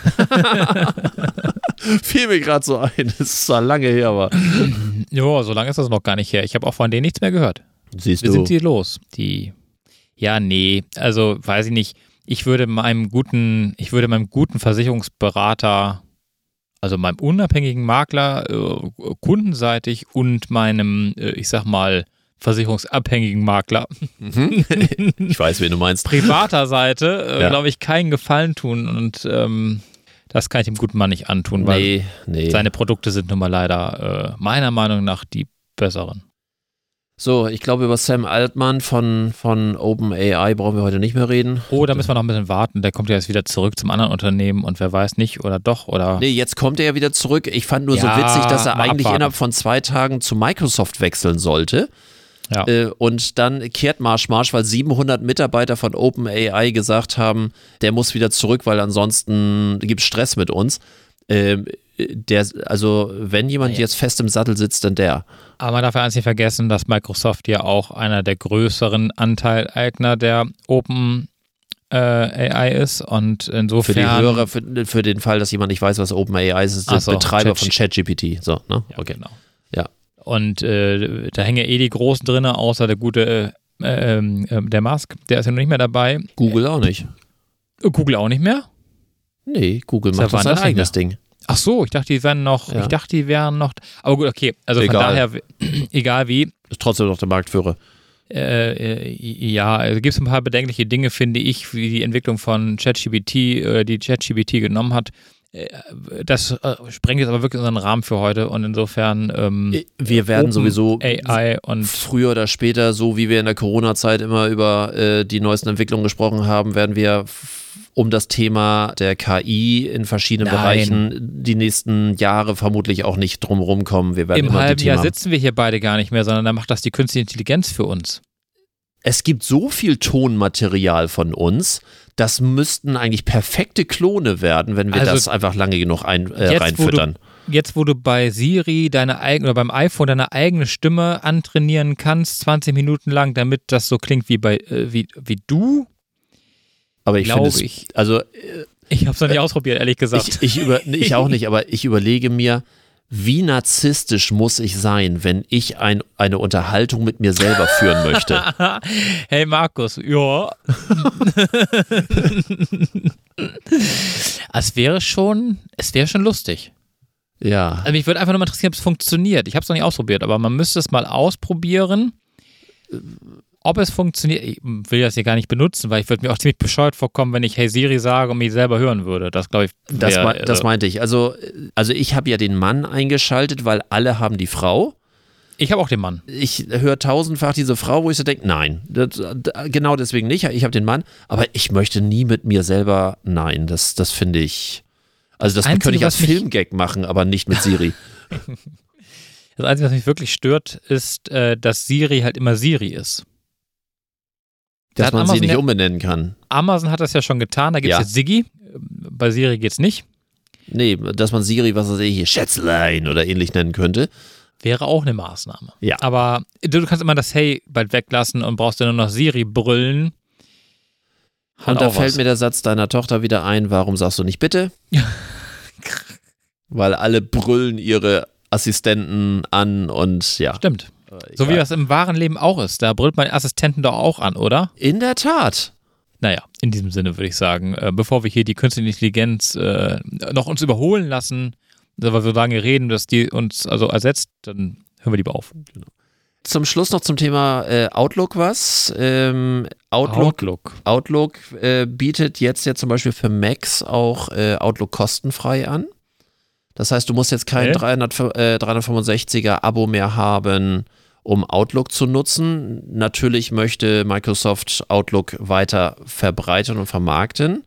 Fiel mir gerade so ein. Das ist zwar lange her, aber Jo, so lange ist das noch gar nicht her. Ich habe auch von denen nichts mehr gehört. siehst Wie du. sind die los? Die. Ja, nee. Also weiß ich nicht. Ich würde meinem guten, ich würde meinem guten Versicherungsberater, also meinem unabhängigen Makler, äh, kundenseitig und meinem, äh, ich sag mal, versicherungsabhängigen Makler Mhm. Ich weiß, wen du meinst. privater Seite, äh, Ja. glaube ich, keinen Gefallen tun. Und ähm, das kann ich dem guten Mann nicht antun, weil Nee, nee. seine Produkte sind nun mal leider äh, meiner Meinung nach die besseren. So, ich glaube, über Sam Altman von, von OpenAI brauchen wir heute nicht mehr reden. Oh, da müssen wir noch ein bisschen warten. Der kommt ja jetzt wieder zurück zum anderen Unternehmen und wer weiß nicht oder doch oder. Nee, jetzt kommt er ja wieder zurück. Ich fand nur Ja, so witzig, dass er mal eigentlich abwarten. innerhalb von zwei Tagen zu Microsoft wechseln sollte. Ja. Äh, und dann kehrt Marsch Marsch, weil siebenhundert Mitarbeiter von OpenAI gesagt haben, der muss wieder zurück, weil ansonsten gibt es Stress mit uns. Ähm, der, also wenn jemand jetzt fest im Sattel sitzt, dann der. Aber man darf ja eins nicht vergessen, dass Microsoft ja auch einer der größeren Anteileigner der Open äh, A I ist und insofern... Für die Hörer, für, für den Fall, dass jemand nicht weiß, was Open A I ist, ist der so, Betreiber Chat- von ChatGPT. So, ne? Ja, Okay. genau. Ja. Und äh, da hängen ja eh die Großen drin, außer der gute, äh, äh, der Musk, der ist ja noch nicht mehr dabei. Google auch nicht. Google auch nicht mehr? Nee, Google Seit macht doch wann sein das nicht eigenes Ding. Ach so, ich dachte, die wären noch, Ja. ich dachte, die wären noch, aber gut, okay, also Egal. von daher, egal wie, Ist trotzdem noch der Marktführer. äh, äh, ja, also gibt es ein paar bedenkliche Dinge, finde ich, wie die Entwicklung von ChatGPT, äh, die ChatGPT genommen hat. Äh, das äh, sprengt jetzt aber wirklich unseren Rahmen für heute und insofern ähm, Wir werden Open sowieso A I und früher oder später, so wie wir in der Corona-Zeit immer über äh, die neuesten Entwicklungen gesprochen haben, werden wir f- um das Thema der K I in verschiedenen Nein. Bereichen die nächsten Jahre vermutlich auch nicht drum rumkommen. Wir werden im immer die halben Themen Jahr haben. sitzen wir hier beide gar nicht mehr, sondern da macht das die künstliche Intelligenz für uns. Es gibt so viel Tonmaterial von uns, das müssten eigentlich perfekte Klone werden, wenn wir Also das einfach lange genug ein, äh, Jetzt, wo reinfüttern. du, jetzt, wo du bei Siri deine eigene oder beim iPhone deine eigene Stimme antrainieren kannst, zwanzig Minuten lang, damit das so klingt wie bei äh, wie, wie du, Aber ich finde glaube es, ich. also Ich habe es noch nicht ausprobiert, ehrlich gesagt. ich, ich, über, ich auch nicht, aber ich überlege mir, wie narzisstisch muss ich sein, wenn ich ein, eine Unterhaltung mit mir selber führen möchte? Hey Markus, ja. Es wäre schon, es wäre schon lustig. Ja. Also mich würde einfach nur mal interessieren, ob es funktioniert. Ich habe es noch nicht ausprobiert, aber man müsste es mal ausprobieren, ob es funktioniert. Ich will das hier gar nicht benutzen, weil ich würde mir auch ziemlich bescheuert vorkommen, wenn ich Hey Siri sage und mich selber hören würde. Das glaube ich. Das, wär, mei- das meinte ich. Also, also ich habe ja den Mann eingeschaltet, weil alle haben die Frau. Ich habe auch den Mann. Ich höre tausendfach diese Frau, wo ich so denke, nein, das, genau deswegen nicht. Ich habe den Mann, aber ich möchte nie mit mir selber, nein, das, das finde ich, also das, Das Einzige, könnte ich als was mich- Filmgag machen, aber nicht mit Siri. Das Einzige, was mich wirklich stört, ist, äh, dass Siri halt immer Siri ist. Da Dass hat man sie Amazon nicht ja- umbenennen kann. Amazon hat das ja schon getan, da gibt es Ja. jetzt Siggi. Bei Siri geht's nicht. Nee, dass man Siri, was weiß ich, Schätzlein oder ähnlich nennen könnte. Wäre auch eine Maßnahme. Ja. Aber du kannst immer das Hey bald weglassen und brauchst dann nur noch Siri brüllen. Hat Und da auch fällt was. mir der Satz deiner Tochter wieder ein, warum sagst du nicht bitte? Weil alle brüllen ihre Assistenten an und ja. Stimmt. So wie das im wahren Leben auch ist. Da brüllt mein Assistenten doch auch an, oder? In der Tat. Naja, in diesem Sinne würde ich sagen, äh, bevor wir hier die künstliche Intelligenz äh, noch uns überholen lassen, weil wir so lange reden, dass die uns also ersetzt, dann hören wir lieber auf. Zum Schluss noch zum Thema äh, Outlook was. Ähm, Outlook, Outlook. Outlook äh, bietet jetzt ja zum Beispiel für Macs auch äh, Outlook kostenfrei an. Das heißt, du musst jetzt kein Okay. dreihundert, äh, dreihundertfünfundsechziger Abo mehr haben, um Outlook zu nutzen. Natürlich möchte Microsoft Outlook weiter verbreiten und vermarkten.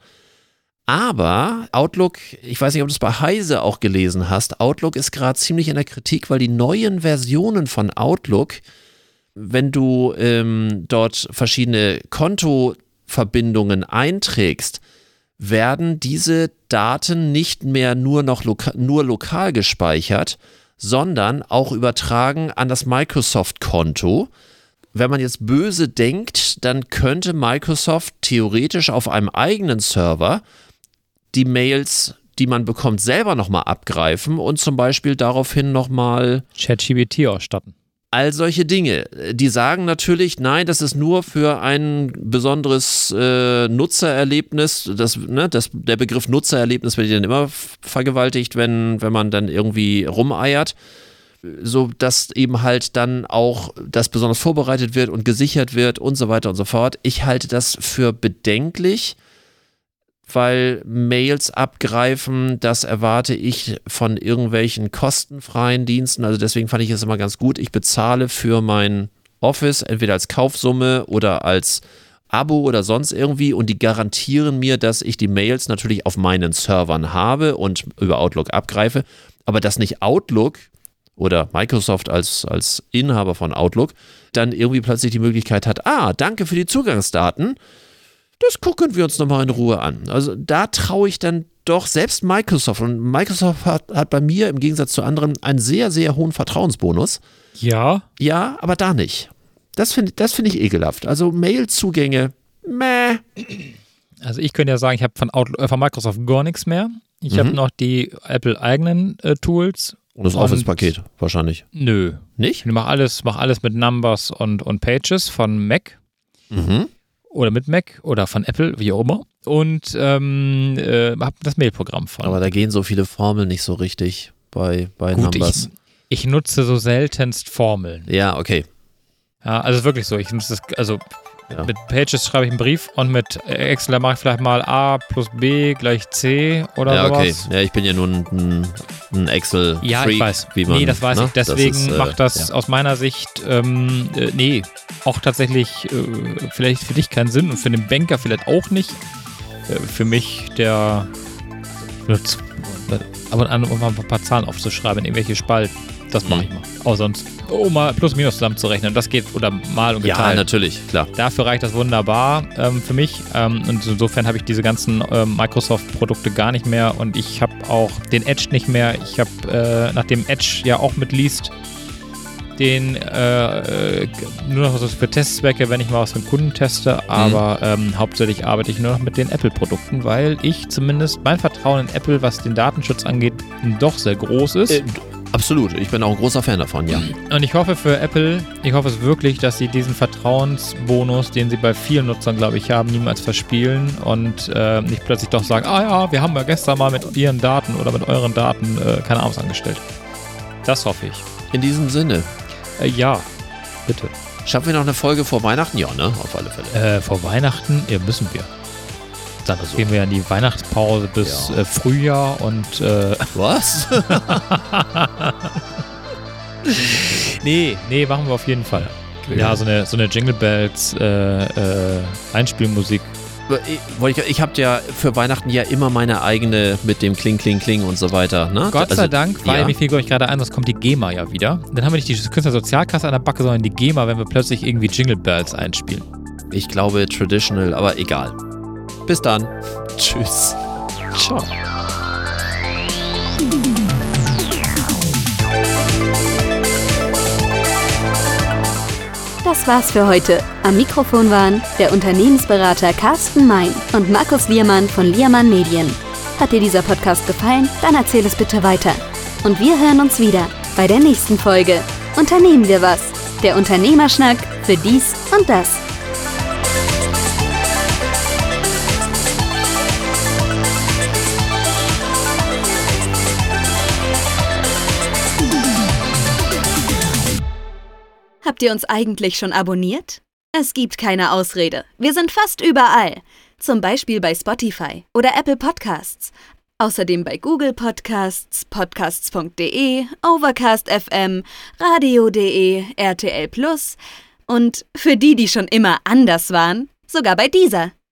Aber Outlook, ich weiß nicht, ob du es bei Heise auch gelesen hast, Outlook ist gerade ziemlich in der Kritik, weil die neuen Versionen von Outlook, wenn du ähm, dort verschiedene Kontoverbindungen einträgst, werden diese Daten nicht mehr nur noch loka- nur lokal gespeichert, sondern auch übertragen an das Microsoft-Konto. Wenn man jetzt böse denkt, dann könnte Microsoft theoretisch auf einem eigenen Server die Mails, die man bekommt, selber nochmal abgreifen und zum Beispiel daraufhin nochmal ChatGPT ausstatten. all solche Dinge. Die sagen natürlich, nein, das ist nur für ein besonderes äh, Nutzererlebnis. Das, ne, das, der Begriff Nutzererlebnis wird dann immer vergewaltigt, wenn, wenn man dann irgendwie rumeiert. So dass eben halt dann auch das besonders vorbereitet wird und gesichert wird und so weiter und so fort. Ich halte das für bedenklich, weil Mails abgreifen, das erwarte ich von irgendwelchen kostenfreien Diensten. Also deswegen fand ich es immer ganz gut. Ich bezahle für mein Office entweder als Kaufsumme oder als Abo oder sonst irgendwie und die garantieren mir, dass ich die Mails natürlich auf meinen Servern habe und über Outlook abgreife, aber dass nicht Outlook oder Microsoft als, als Inhaber von Outlook dann irgendwie plötzlich die Möglichkeit hat, ah, danke für die Zugangsdaten, das gucken wir uns nochmal in Ruhe an. Also da traue ich dann doch selbst Microsoft, und Microsoft hat, hat bei mir im Gegensatz zu anderen einen sehr, sehr hohen Vertrauensbonus. Ja. Ja, aber da nicht. Das finde das find ich ekelhaft. Also Mail-Zugänge, meh. Also ich könnte ja sagen, ich habe von, äh, von Microsoft gar nichts mehr. Ich Mhm. habe noch die Apple-eigenen äh, Tools. Und das Office-Paket wahrscheinlich. Nö. Nicht? Ich mache alles, mach alles mit Numbers und, und Pages von Mac. Mhm. Oder mit Mac oder von Apple, wie auch immer. Und ähm, äh, habe das Mailprogramm von. Aber da gehen so viele Formeln nicht so richtig bei, bei Gut, Numbers. ich, ich nutze so seltenst Formeln. Ja, okay. Ja, also wirklich so. Ich nutze das, also Ja. mit Pages schreibe ich einen Brief und mit Excel mache ich vielleicht mal A plus B gleich C oder Ja, okay. sowas. Ja, ich bin ja nur ein, ein, ein Excel-Freak. Ja, ich weiß. Wie man, nee, das weiß ne? ich. Deswegen das ist, äh, macht das ja. aus meiner Sicht, ähm, äh, nee, auch tatsächlich äh, vielleicht für dich keinen Sinn und für den Banker vielleicht auch nicht. Äh, für mich, der nutzt, ab und an um mal ein paar Zahlen aufzuschreiben in irgendwelche Spalten. Das mache Mhm. ich mal. Auch sonst, oh, mal plus minus zusammenzurechnen. Das geht, oder mal und Ja, geteilt. natürlich, klar. Dafür reicht das wunderbar ähm, für mich. Ähm, und insofern habe ich diese ganzen ähm, Microsoft-Produkte gar nicht mehr. Und ich habe auch den Edge nicht mehr. Ich habe, äh, nachdem Edge ja auch mitliest, den äh, äh, nur noch so für Testzwecke, wenn ich mal was mit Kunden teste. Aber ähm, hauptsächlich arbeite ich nur noch mit den Apple-Produkten, weil ich zumindest mein Vertrauen in Apple, was den Datenschutz angeht, doch sehr groß ist. Äh, absolut. Ich bin auch ein großer Fan davon, ja. Und ich hoffe für Apple, ich hoffe es wirklich, dass sie diesen Vertrauensbonus, den sie bei vielen Nutzern, glaube ich, haben, niemals verspielen und äh, nicht plötzlich doch sagen, ah ja, wir haben ja gestern mal mit ihren Daten oder mit euren Daten äh, keine Ahnung was angestellt. Das hoffe ich. In diesem Sinne. Äh, ja, bitte. Schaffen wir noch eine Folge vor Weihnachten? Ja, ne? Auf alle Fälle. Äh, vor Weihnachten, ja, müssen wir. Dann Also. gehen wir ja in die Weihnachtspause bis Ja. äh, Frühjahr und äh, Was? nee, nee, machen wir auf jeden Fall. Okay. Ja, so eine, so eine Jingle Bells äh, äh, Einspielmusik. Ich, ich habe ja für Weihnachten ja immer meine eigene mit dem Kling, Kling, Kling und so weiter. Ne? Gott sei Also, Dank, weil ja. mir fiel, glaube ich, gerade ein, sonst kommt die GEMA ja wieder. Dann haben wir nicht die Künstlersozialkasse an der Backe, sondern die GEMA, wenn wir plötzlich irgendwie Jingle Bells einspielen. Ich glaube traditional, aber egal. Bis dann. Tschüss. Ciao. Das war's für heute. Am Mikrofon waren der Unternehmensberater Carsten Mein und Markus Liermann von Liermann Medien. Hat dir dieser Podcast gefallen? Dann erzähl es bitte weiter. Und wir hören uns wieder bei der nächsten Folge. Unternehmen wir was? Der Unternehmerschnack für dies und das. Habt ihr uns eigentlich schon abonniert? Es gibt keine Ausrede. Wir sind fast überall. Zum Beispiel bei Spotify oder Apple Podcasts. Außerdem bei Google Podcasts, podcasts punkt de, Overcast F M, radio punkt de, R T L Plus und für die, die schon immer anders waren, sogar bei Deezer.